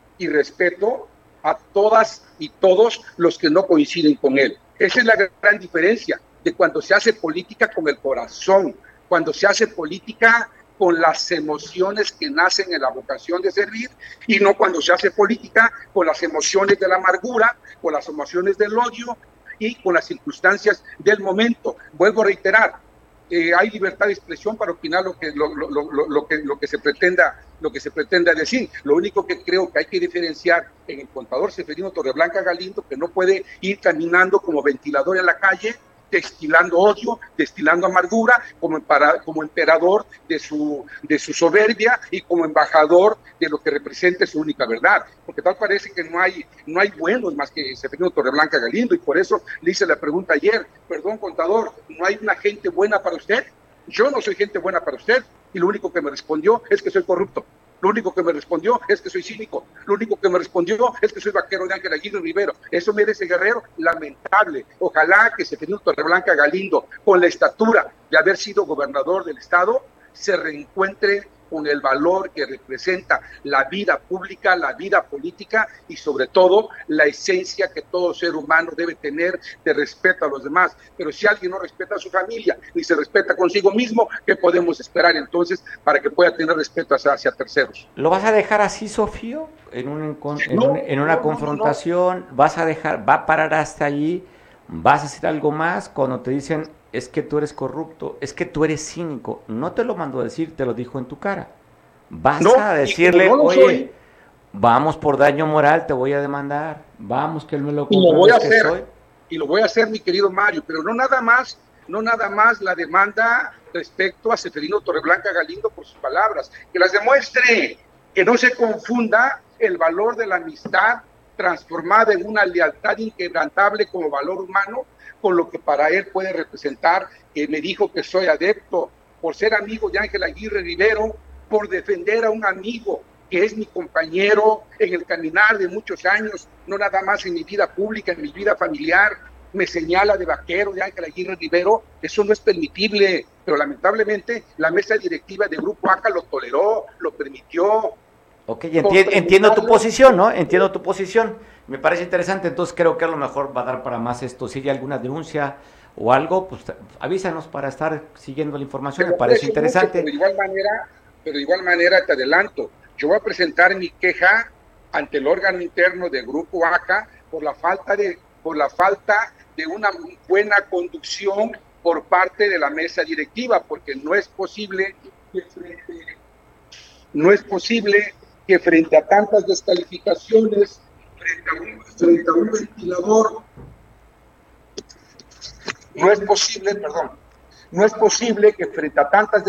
a todas y todos los que no coinciden con él. Esa es la gran diferencia de cuando se hace política con el corazón, cuando se hace política con las emociones que nacen en la vocación de servir, y no cuando se hace política con las emociones de la amargura, con las emociones del odio y con las circunstancias del momento. Vuelvo a reiterar, hay libertad de expresión para opinar lo que se pretenda decir. Lo único que creo que hay que diferenciar en el contador Seferino Torreblanca Galindo, que no puede ir caminando como ventilador en la calle, destilando odio, destilando amargura, como emperador de su soberbia y como embajador de lo que representa su única verdad, porque tal parece que no hay buenos más que Seferino Torreblanca Galindo, y por eso le hice la pregunta ayer: perdón, contador, ¿no hay una gente buena para usted? Yo no soy gente buena para usted, y lo único que me respondió es que soy corrupto. Lo único que me respondió es que soy cínico. Lo único que me respondió es que soy vaquero de Ángel Aguirre Rivero. Eso merece Guerrero, lamentable. Ojalá que Seferino Torreblanca Galindo, con la estatura de haber sido gobernador del estado, se reencuentre con el valor que representa la vida pública, la vida política y sobre todo la esencia que todo ser humano debe tener de respeto a los demás. Pero si alguien no respeta a su familia ni se respeta consigo mismo, ¿qué podemos esperar entonces para que pueda tener respeto hacia terceros? ¿Lo vas a dejar así, Sofío? En una confrontación, no. ¿Vas a dejar, va a parar hasta allí? ¿Vas a hacer algo más cuando te dicen: es que tú eres corrupto, es que tú eres cínico? No te lo mandó a decir, te lo dijo en tu cara. Vas a decirle: oye, vamos por daño moral, te voy a demandar, vamos que él me lo compruebe. Y lo voy a hacer, y lo voy a hacer, mi querido Mario, pero no nada más la demanda respecto a Seferino Torreblanca Galindo por sus palabras, que las demuestre, que no se confunda el valor de la amistad transformada en una lealtad inquebrantable como valor humano, con lo que para él puede representar, que me dijo que soy adepto por ser amigo de Ángel Aguirre Rivero, por defender a un amigo que es mi compañero en el caminar de muchos años, no nada más en mi vida pública, en mi vida familiar. Me señala de vaquero de Ángel Aguirre Rivero. Eso no es permitible, pero lamentablemente la mesa directiva de Grupo ACA lo toleró, lo permitió. Ok, entiendo tu posición, ¿no? Entiendo tu posición. Me parece interesante, entonces creo que a lo mejor va a dar para más esto. Si hay alguna denuncia o algo, pues avísanos para estar siguiendo la información. Me parece interesante. Pero de igual manera te adelanto, yo voy a presentar mi queja ante el órgano interno del Grupo ACA por la falta de una buena conducción por parte de la mesa directiva, porque no es posible que frente a tantas descalificaciones, frente a un ventilador, no es posible que frente a tantas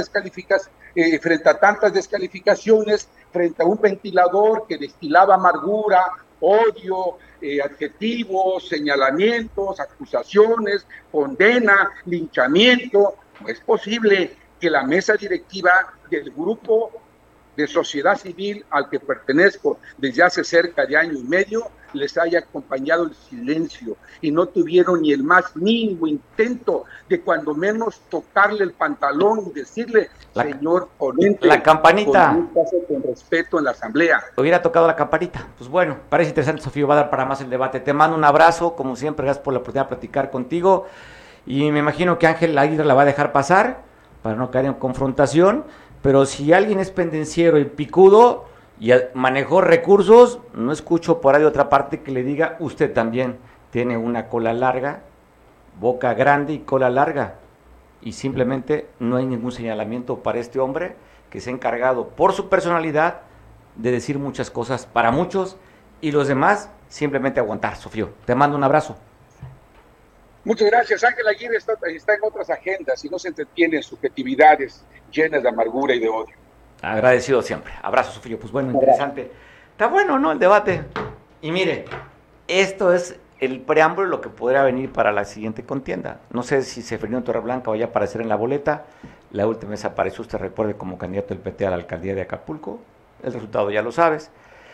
descalificaciones, frente a un ventilador que destilaba amargura, odio, adjetivos, señalamientos, acusaciones, condena, linchamiento, no es posible que la mesa directiva del grupo de sociedad civil al que pertenezco desde hace cerca de año y medio les haya acompañado el silencio y no tuvieron ni el más mínimo intento de cuando menos tocarle el pantalón y decirle: señor ponente, la campanita, con respeto en la asamblea. Hubiera tocado la campanita. Pues bueno, parece interesante, Sofío, va a dar para más el debate. Te mando un abrazo, como siempre, gracias por la oportunidad de platicar contigo, y me imagino que Ángel Aguirre la va a dejar pasar para no caer en confrontación. Pero si alguien es pendenciero y picudo y manejó recursos, no escucho por ahí otra parte que le diga: usted también tiene una cola larga, boca grande y cola larga. Y simplemente no hay ningún señalamiento para este hombre que se ha encargado por su personalidad de decir muchas cosas para muchos y los demás simplemente aguantar. Sofío, te mando un abrazo. Muchas gracias. Ángel Aguirre está en otras agendas y no se entretiene en subjetividades llenas de amargura y de odio. Agradecido siempre. Abrazo, Sofío. Pues bueno, interesante. Está bueno, ¿no? El debate. Y mire, esto es el preámbulo de lo que podría venir para la siguiente contienda. No sé si Seferino Torreblanca vaya a aparecer en la boleta. La última vez apareció, usted recuerde, como candidato del PT a la alcaldía de Acapulco. El resultado ya lo sabes.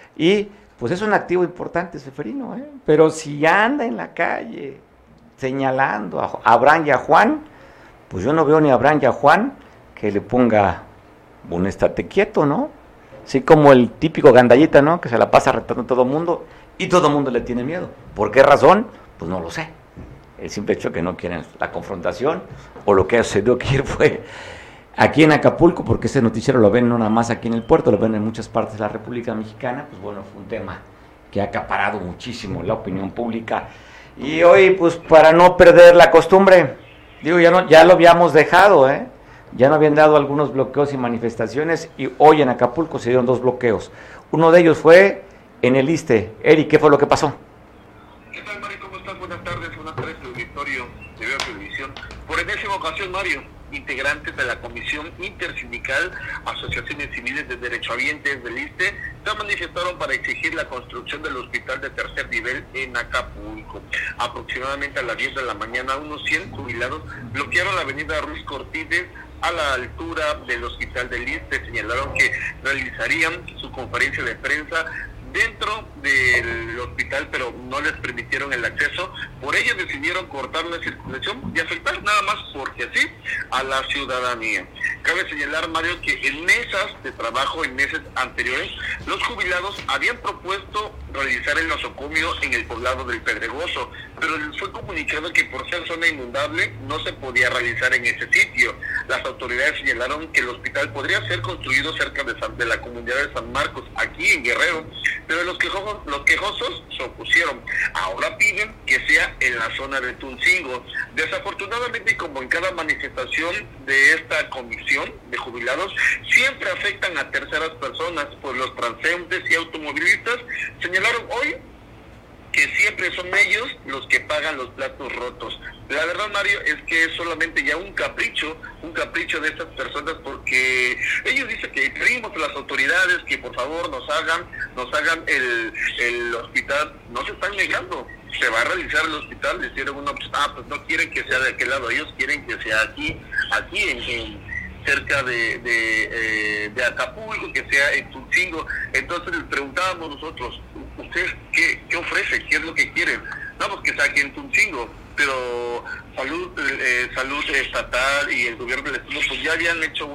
Y pues es un activo importante Seferino, pero si anda en la calle señalando a Abraham y a Juan, pues yo no veo ni a Abraham y a Juan que le ponga un estate quieto, ¿no? Así como el típico gandallita, ¿no? Que se la pasa retando a todo el mundo y todo el mundo le tiene miedo. ¿Por qué razón? Pues no lo sé. El simple hecho que no quieren la confrontación, o lo que sucedió que ayer fue aquí en Acapulco, porque ese noticiero lo ven no nada más aquí en el puerto, lo ven en muchas partes de la República Mexicana, pues bueno, fue un tema que ha acaparado muchísimo la opinión pública. Y hoy, pues para no perder la costumbre, digo, ya lo habíamos dejado, ya no habían dado algunos bloqueos y manifestaciones, y hoy en Acapulco se dieron 2 bloqueos. Uno de ellos fue en el ISSSTE. Eric, ¿qué fue lo que pasó? ¿Qué tal, Mario? ¿Cómo estás? Buenas tardes, auditorio de Veo Televisión. Por enésima ocasión, Mario, integrantes de la Comisión Intersindical, Asociaciones Civiles de Derechohabientes del ISSSTE, se manifestaron para exigir la construcción del hospital de tercer nivel en Acapulco. Aproximadamente a las 10 de la mañana, unos 100 jubilados bloquearon la avenida Ruiz Cortines a la altura del hospital del ISSSTE. Señalaron que realizarían su conferencia de prensa dentro del hospital, pero no les permitieron el acceso. Por ello decidieron cortar la circulación y afectar nada más porque sí a la ciudadanía. Cabe señalar, Mario, que en mesas de trabajo, en meses anteriores, los jubilados habían propuesto realizar el nosocomio en el poblado del Pedregoso, pero les fue comunicado que por ser zona inundable no se podía realizar en ese sitio. Las autoridades señalaron que el hospital podría ser construido cerca de la comunidad de San Marcos, aquí en Guerrero, pero los quejosos se opusieron. Ahora piden que sea en la zona de Tuncingo. Desafortunadamente, como en cada manifestación de esta comisión de jubilados, siempre afectan a terceras personas, pues los transeúntes y automovilistas señalaron hoy que siempre son ellos los que pagan los platos rotos. La verdad, Mario, es que es solamente ya un capricho de estas personas, porque ellos dicen que pedimos a las autoridades que por favor nos hagan el hospital. No se están negando, se va a realizar el hospital. Dijeron pues no quieren que sea de aquel lado, ellos quieren que sea aquí en cerca de Acapulco, que sea en Tuncingo. Entonces les preguntábamos nosotros, ¿ustedes qué ofrecen? ¿Qué es lo que quieren? No, pues que sea aquí en Tuncingo, pero salud estatal y el gobierno del estado pues ya habían hecho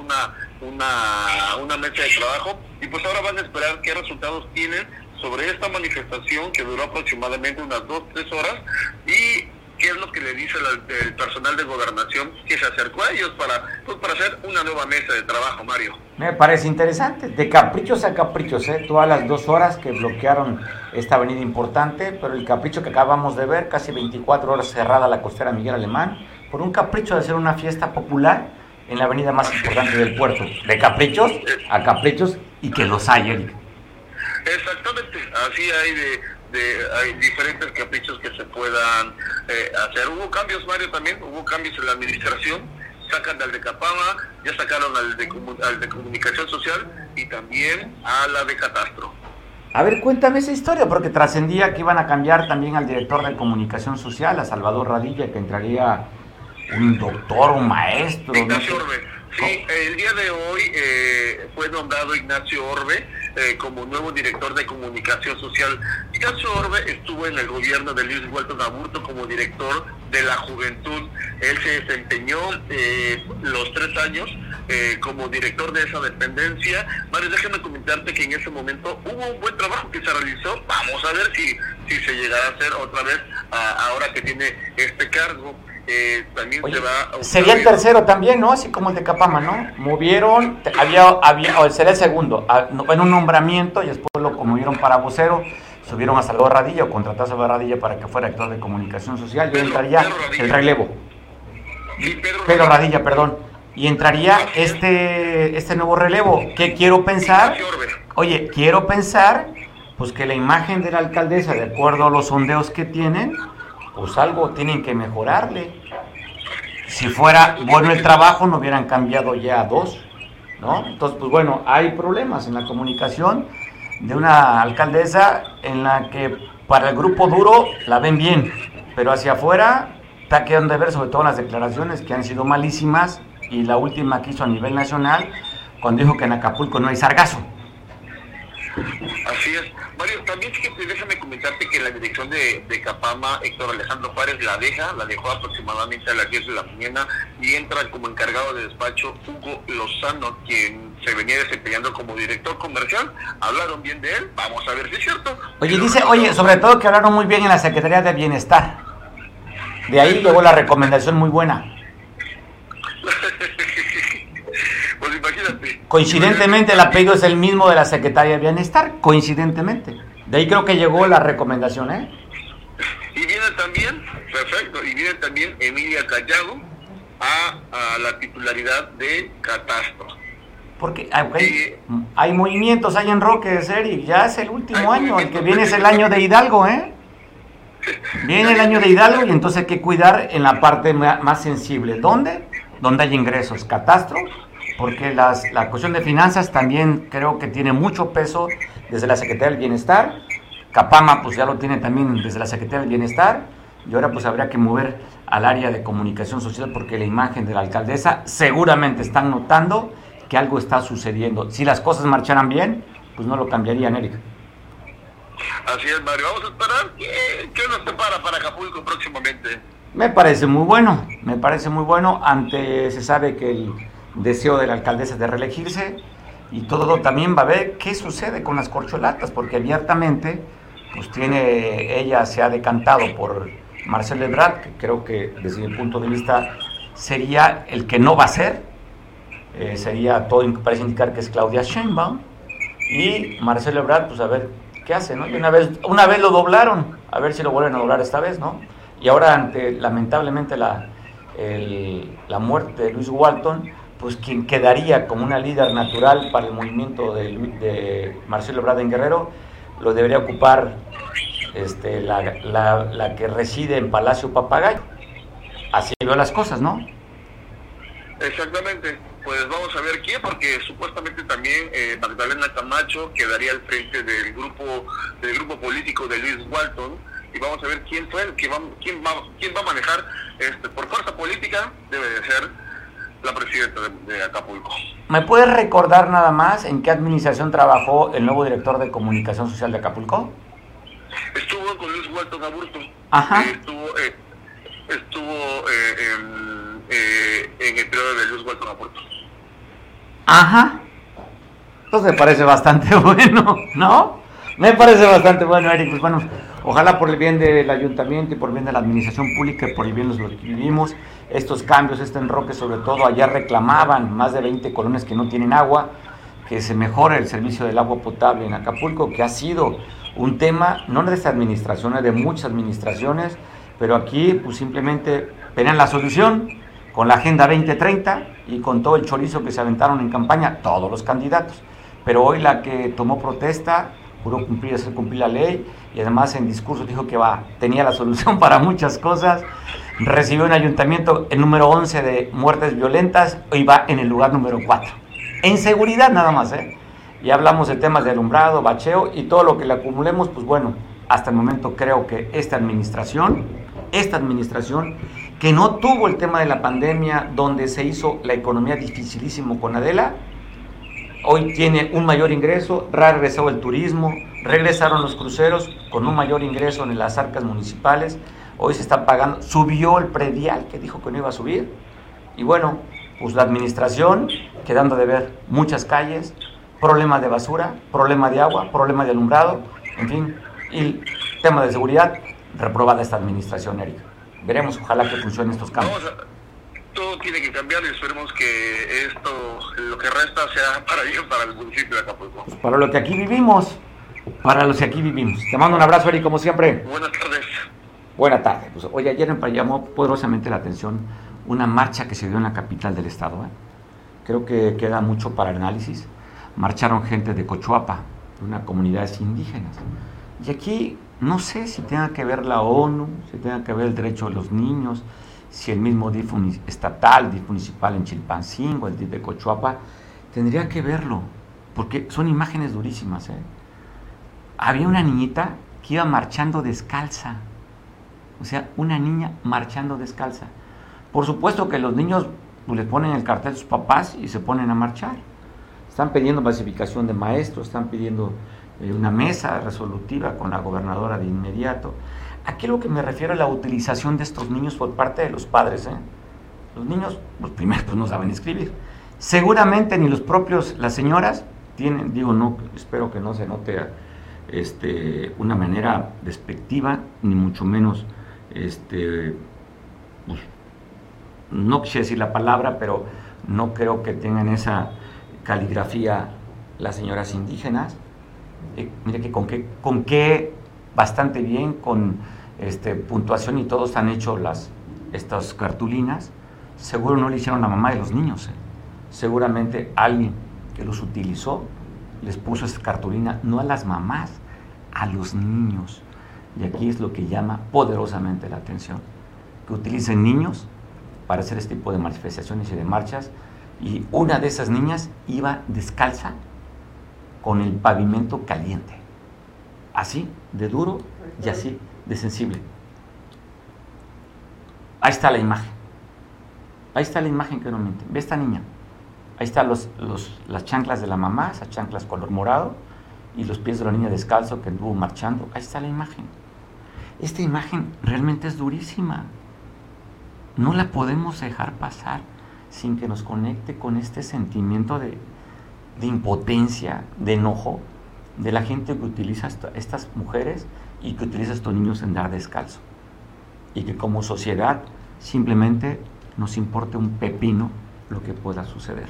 una mesa de trabajo, y pues ahora van a esperar qué resultados tienen sobre esta manifestación que duró aproximadamente unas 2-3 horas, y qué es lo que le dice el personal de gobernación que se acercó a ellos para hacer una nueva mesa de trabajo, Mario. Me parece interesante, de caprichos a caprichos, todas las 2 horas que bloquearon esta avenida importante, pero el capricho que acabamos de ver, casi 24 horas cerrada la costera Miguel Alemán, por un capricho de hacer una fiesta popular en la avenida más importante del puerto. De caprichos a caprichos, y que los hay, Eric. Exactamente, así hay diferentes caprichos que se puedan hacer. Hubo cambios, Mario, también hubo cambios en la administración. Sacan al de Capama, ya sacaron al de Comunicación Social y también a la de Catastro. A ver, cuéntame esa historia, porque trascendía que iban a cambiar también al director de Comunicación Social, a Salvador Radilla, que entraría un doctor, un maestro. Ignacio Orbe. Sí, el día de hoy fue nombrado Ignacio Orbe como nuevo director de Comunicación Social. Ignacio Orbe estuvo en el gobierno de Luis Huerta de Aburto como director de la Juventud. Él se desempeñó los 3 años como director de esa dependencia. Mario, déjame comentarte que en ese momento hubo un buen trabajo que se realizó. Vamos a ver si se llegará a hacer otra vez ahora que tiene este cargo. También oye, sería el tercero también, ¿no? Así como el de Capama, ¿no? Movieron, sería el segundo, en un nombramiento, y después lo movieron para vocero, subieron a Salvador Radilla, o contrataron a Salvador Radilla para que fuera director de Comunicación Social, y entraría el relevo. Pedro Radilla, perdón. Y entraría este nuevo relevo. ¿Qué quiero pensar? Oye, quiero pensar, pues que la imagen de la alcaldesa, de acuerdo a los sondeos que tienen, pues algo tienen que mejorarle. Si fuera bueno el trabajo, no hubieran cambiado ya a 2, ¿no? Entonces, pues bueno, hay problemas en la comunicación de una alcaldesa en la que para el grupo duro la ven bien, pero hacia afuera está quedando de ver, sobre todo las declaraciones que han sido malísimas, y la última que hizo a nivel nacional, cuando dijo que en Acapulco no hay sargazo. Así es. Mario, también fíjate, déjame comentarte que la dirección de Capama, Héctor Alejandro Juárez, la dejó aproximadamente a las 10 de la mañana y entra como encargado de despacho Hugo Lozano, quien se venía desempeñando como director comercial. Hablaron bien de él, vamos a ver si es cierto. Oye, sobre todo que hablaron muy bien en la Secretaría de Bienestar. De ahí llegó la recomendación muy buena. Pues imagínate. Coincidentemente el apellido es el mismo de la Secretaría de Bienestar, coincidentemente. De ahí creo que llegó la recomendación, ¿eh? Y viene también, perfecto, y viene también Emilia Callado a la titularidad de Catastro. Porque hay movimientos, hay enroques, Eric, ya es el último año, el que viene es el año de Hidalgo, ¿eh? Viene el año de Hidalgo y entonces hay que cuidar en la parte más sensible. ¿Dónde? Donde hay ingresos, Catastro, porque la cuestión de finanzas también creo que tiene mucho peso desde la Secretaría del Bienestar. Capama pues ya lo tiene también desde la Secretaría del Bienestar, y ahora pues habría que mover al área de comunicación social, porque la imagen de la alcaldesa seguramente están notando que algo está sucediendo. Si las cosas marcharan bien, pues no lo cambiarían, Erika. Así es, Mario. Vamos a esperar qué nos prepara para Acapulco próximamente. Me parece muy bueno. Se sabe que el deseo de la alcaldesa de reelegirse, y todo también va a ver qué sucede con las corcholatas, porque abiertamente pues ella se ha decantado por Marcelo Ebrard, que creo que desde mi punto de vista sería el que no va a ser, parece indicar que es Claudia Sheinbaum, y Marcelo Ebrard pues a ver qué hace, ¿no? Y una vez lo doblaron, a ver si lo vuelven a doblar esta vez, ¿no? Y ahora ante lamentablemente la muerte de Luis Walton, pues quien quedaría como una líder natural para el movimiento de Marcelo Ebrard en Guerrero, lo debería ocupar la que reside en Palacio Papagayo. Así veo las cosas, ¿no? Exactamente. Pues vamos a ver quién, porque supuestamente también Magdalena Camacho quedaría al frente del grupo político de Luis Walton, y vamos a ver quién va a manejar por fuerza política. Debe de ser la presidenta de Acapulco. ¿Me puedes recordar nada más en qué administración trabajó el nuevo director de comunicación social de Acapulco? Estuvo con Luis Walton Aburto. Ajá. Estuvo en el periodo de Luis Walton Aburto. Ajá. Entonces me parece bastante bueno, ¿no? Me parece bastante bueno, Eric. Pues bueno, ojalá por el bien del ayuntamiento y por el bien de la administración pública y por el bien de los que vivimos, estos cambios, este enroque, sobre todo ayer reclamaban más de 20 colonias que no tienen agua, que se mejore el servicio del agua potable en Acapulco, que ha sido un tema, no de esta administración, de muchas administraciones, pero aquí pues simplemente tenían la solución con la Agenda 2030 y con todo el chorizo que se aventaron en campaña todos los candidatos. Pero hoy la que tomó protesta, juró hacer cumplir la ley, y además en discurso dijo que tenía la solución para muchas cosas. Recibió un ayuntamiento el número 11 de muertes violentas, hoy va en el lugar número 4. En seguridad nada más, ¿eh? Y hablamos de temas de alumbrado, bacheo y todo lo que le acumulemos, pues bueno, hasta el momento creo que esta administración, que no tuvo el tema de la pandemia, donde se hizo la economía dificilísimo con Adela, hoy tiene un mayor ingreso, regresó el turismo, regresaron los cruceros con un mayor ingreso en las arcas municipales, hoy se están pagando, subió el predial que dijo que no iba a subir, y bueno, pues la administración quedando de ver muchas calles, problemas de basura, problema de agua, problema de alumbrado, en fin, y tema de seguridad, reprobada esta administración, Erika. Veremos, ojalá que funcionen estos cambios. Todo tiene que cambiar y esperemos que lo que resta sea para bien, para el municipio de Acapulco. Pues para lo que aquí vivimos, Te mando un abrazo, Eric, como siempre. Buenas tardes. Buenas tardes. Pues, oye, ayer me llamó poderosamente la atención una marcha que se dio en la capital del estado. Creo que queda mucho para el análisis. Marcharon gente de Cochuapa, de unas comunidades indígenas. Y aquí no sé si tenga que ver la ONU, si tenga que ver el derecho de los niños, si el mismo DIF estatal, DIF municipal en Chilpancingo, el DIF de Cochuapa, tendría que verlo, porque son imágenes durísimas. Había una niñita que iba marchando descalza. O sea, una niña marchando descalza. Por supuesto que los niños les ponen el cartel a sus papás y se ponen a marchar. Están pidiendo pacificación de maestros, están pidiendo una mesa resolutiva con la gobernadora de inmediato. Aquí lo que me refiero es la utilización de estos niños por parte de los padres. Los niños, pues primero, pues no saben escribir. Seguramente ni los propios, las señoras tienen, no, espero que no se note una manera despectiva, ni mucho menos, pues, no quise decir la palabra, pero no creo que tengan esa caligrafía las señoras indígenas. Mire que con qué bastante bien, con puntuación y todos han hecho estas cartulinas. Seguro no le hicieron a la mamá de los niños. Seguramente alguien que los utilizó les puso esta cartulina, no a las mamás, a los niños. Y aquí es lo que llama poderosamente la atención, que utilicen niños para hacer este tipo de manifestaciones y de marchas. Y una de esas niñas iba descalza con el pavimento caliente, así de duro y así de sensible. Ahí está la imagen. Ahí está la imagen que no miente. Ve esta niña. Ahí están las chanclas de la mamá, esas chanclas color morado, y los pies de la niña descalzo que anduvo marchando. Ahí está la imagen. Esta imagen realmente es durísima. No la podemos dejar pasar sin que nos conecte con este sentimiento de impotencia, de enojo, de la gente que utiliza estas mujeres y que utiliza a estos niños en dar descalzo. Y que como sociedad simplemente nos importe un pepino lo que pueda suceder.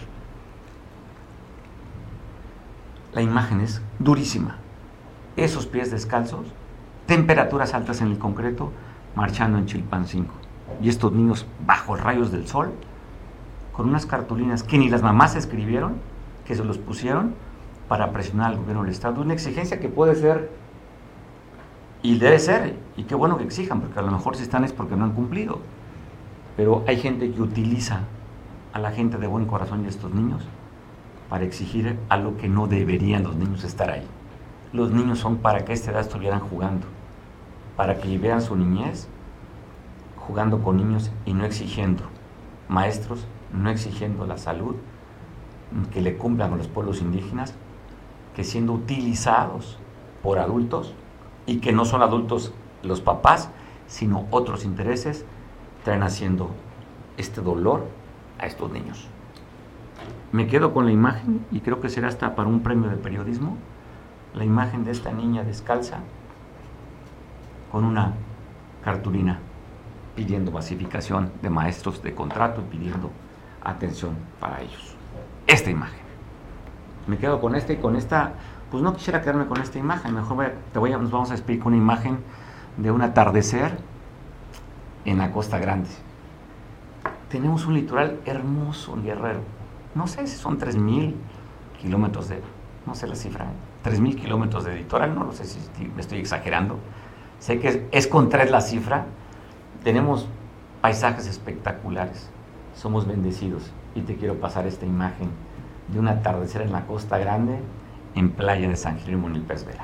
La imagen es durísima. Esos pies descalzos, temperaturas altas en el concreto, marchando en Chilpancingo. Y estos niños bajo rayos del sol, con unas cartulinas que ni las mamás escribieron, que se los pusieron para presionar al gobierno del Estado. Una exigencia que puede ser y debe ser, y qué bueno que exijan, porque a lo mejor si están es porque no han cumplido. Pero hay gente que utiliza a la gente de buen corazón y a estos niños para exigir algo que no deberían los niños estar ahí. Los niños son para que a esta edad estuvieran jugando, para que vivieran su niñez jugando con niños y no exigiendo maestros, no exigiendo la salud, que le cumplan a los pueblos indígenas, que siendo utilizados por adultos, y que no son adultos los papás, sino otros intereses, traen haciendo este dolor a estos niños. Me quedo con la imagen, y creo que será hasta para un premio de periodismo, la imagen de esta niña descalza con una cartulina pidiendo pacificación de maestros de contrato y pidiendo atención para ellos. Esta imagen. Me quedo con esta y con esta, pues no quisiera quedarme con esta imagen, mejor nos vamos a despedir con una imagen de un atardecer en la Costa Grande. Tenemos un litoral hermoso en Guerrero. No sé si son 3,000 kilómetros no sé la cifra, 3,000 kilómetros de litoral, no lo sé si me estoy exagerando. Sé que es con 3 la cifra. Tenemos paisajes espectaculares, somos bendecidos, y te quiero pasar esta imagen de un atardecer en la Costa Grande, en Playa de San Jerónimo en el Pez Vela.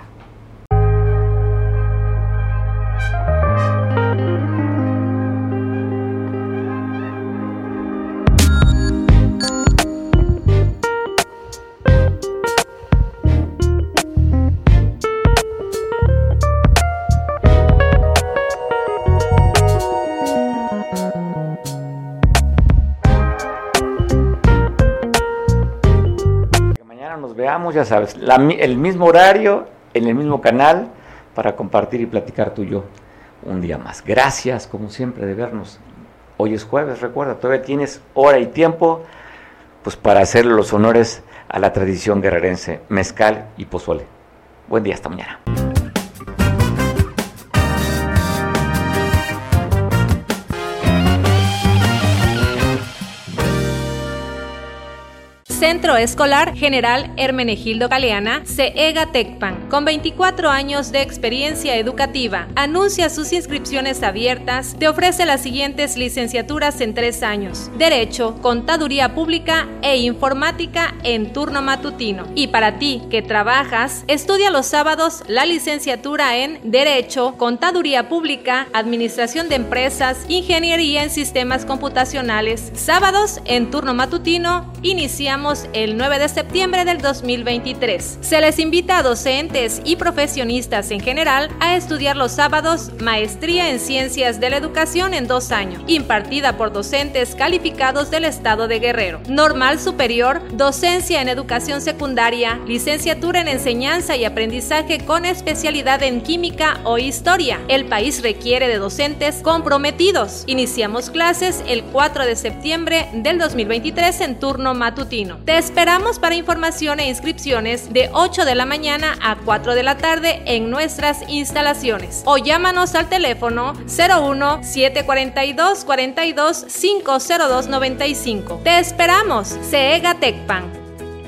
Ya sabes, el mismo horario, en el mismo canal, para compartir y platicar tú y yo un día más. Gracias, como siempre, de vernos. Hoy es jueves, recuerda, todavía tienes hora y tiempo pues para hacer los honores a la tradición guerrerense, mezcal y pozole. Buen día, hasta mañana. Centro Escolar General Hermenegildo Galeana, CEGA Tecpan, con 24 años de experiencia educativa. Anuncia sus inscripciones abiertas. Te ofrece las siguientes licenciaturas en 3 años: Derecho, Contaduría Pública e Informática en turno matutino. Y para ti que trabajas, estudia los sábados la licenciatura en Derecho, Contaduría Pública, Administración de Empresas, Ingeniería en Sistemas Computacionales. Sábados en turno matutino. Iniciamos el 9 de septiembre del 2023. Se les invita a docentes y profesionistas en general a estudiar los sábados Maestría en Ciencias de la Educación en 2 años, impartida por docentes calificados del estado de Guerrero. Normal superior, docencia en educación secundaria, licenciatura en enseñanza y aprendizaje con especialidad en química o historia. El país requiere de docentes comprometidos. Iniciamos clases el 4 de septiembre del 2023 en turno matutino. Te esperamos para información e inscripciones de 8 de la mañana a 4 de la tarde en nuestras instalaciones, o llámanos al teléfono 01 742 42 502 95. Te esperamos, CEGA Tecpan.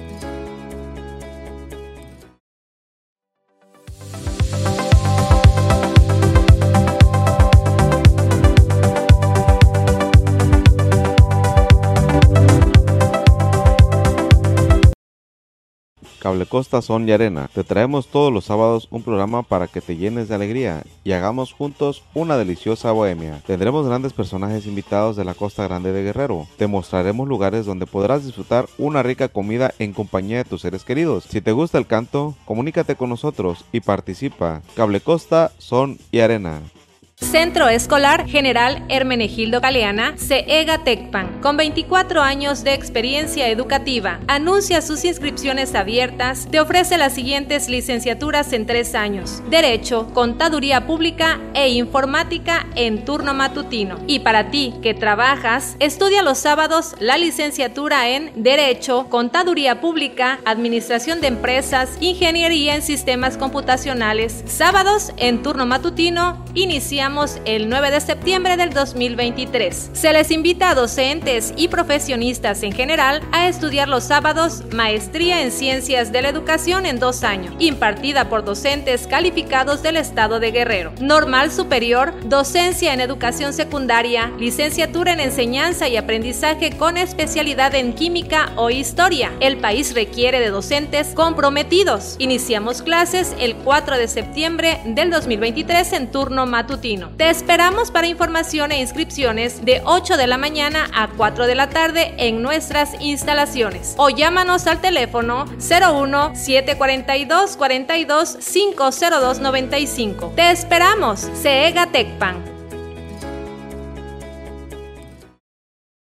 Cable Costa Son y Arena. Te traemos todos los sábados un programa para que te llenes de alegría y hagamos juntos una deliciosa bohemia. Tendremos grandes personajes invitados de la Costa Grande de Guerrero. Te mostraremos lugares donde podrás disfrutar una rica comida en compañía de tus seres queridos. Si te gusta el canto, comunícate con nosotros y participa. Cable Costa Son y Arena. Centro Escolar General Hermenegildo Galeana, CEGA Tecpan, con 24 años de experiencia educativa. Anuncia sus inscripciones abiertas. Te ofrece las siguientes licenciaturas en 3 años: Derecho, Contaduría Pública e Informática en turno matutino. Y para ti que trabajas, estudia los sábados la licenciatura en Derecho, Contaduría Pública, Administración de Empresas, Ingeniería en Sistemas Computacionales. Sábados en turno matutino. Iniciamos el 9 de septiembre del 2023. Se les invita a docentes y profesionistas en general a estudiar los sábados Maestría en Ciencias de la Educación en 2 años, impartida por docentes calificados del estado de Guerrero. Normal superior, docencia en educación secundaria, licenciatura en enseñanza y aprendizaje con especialidad en química o historia. El país requiere de docentes comprometidos. Iniciamos clases el 4 de septiembre del 2023 en turno matutino. Te esperamos para información e inscripciones de 8 de la mañana a 4 de la tarde en nuestras instalaciones, o llámanos al teléfono 01 742 42 502 95. Te esperamos, CEGA Tecpan.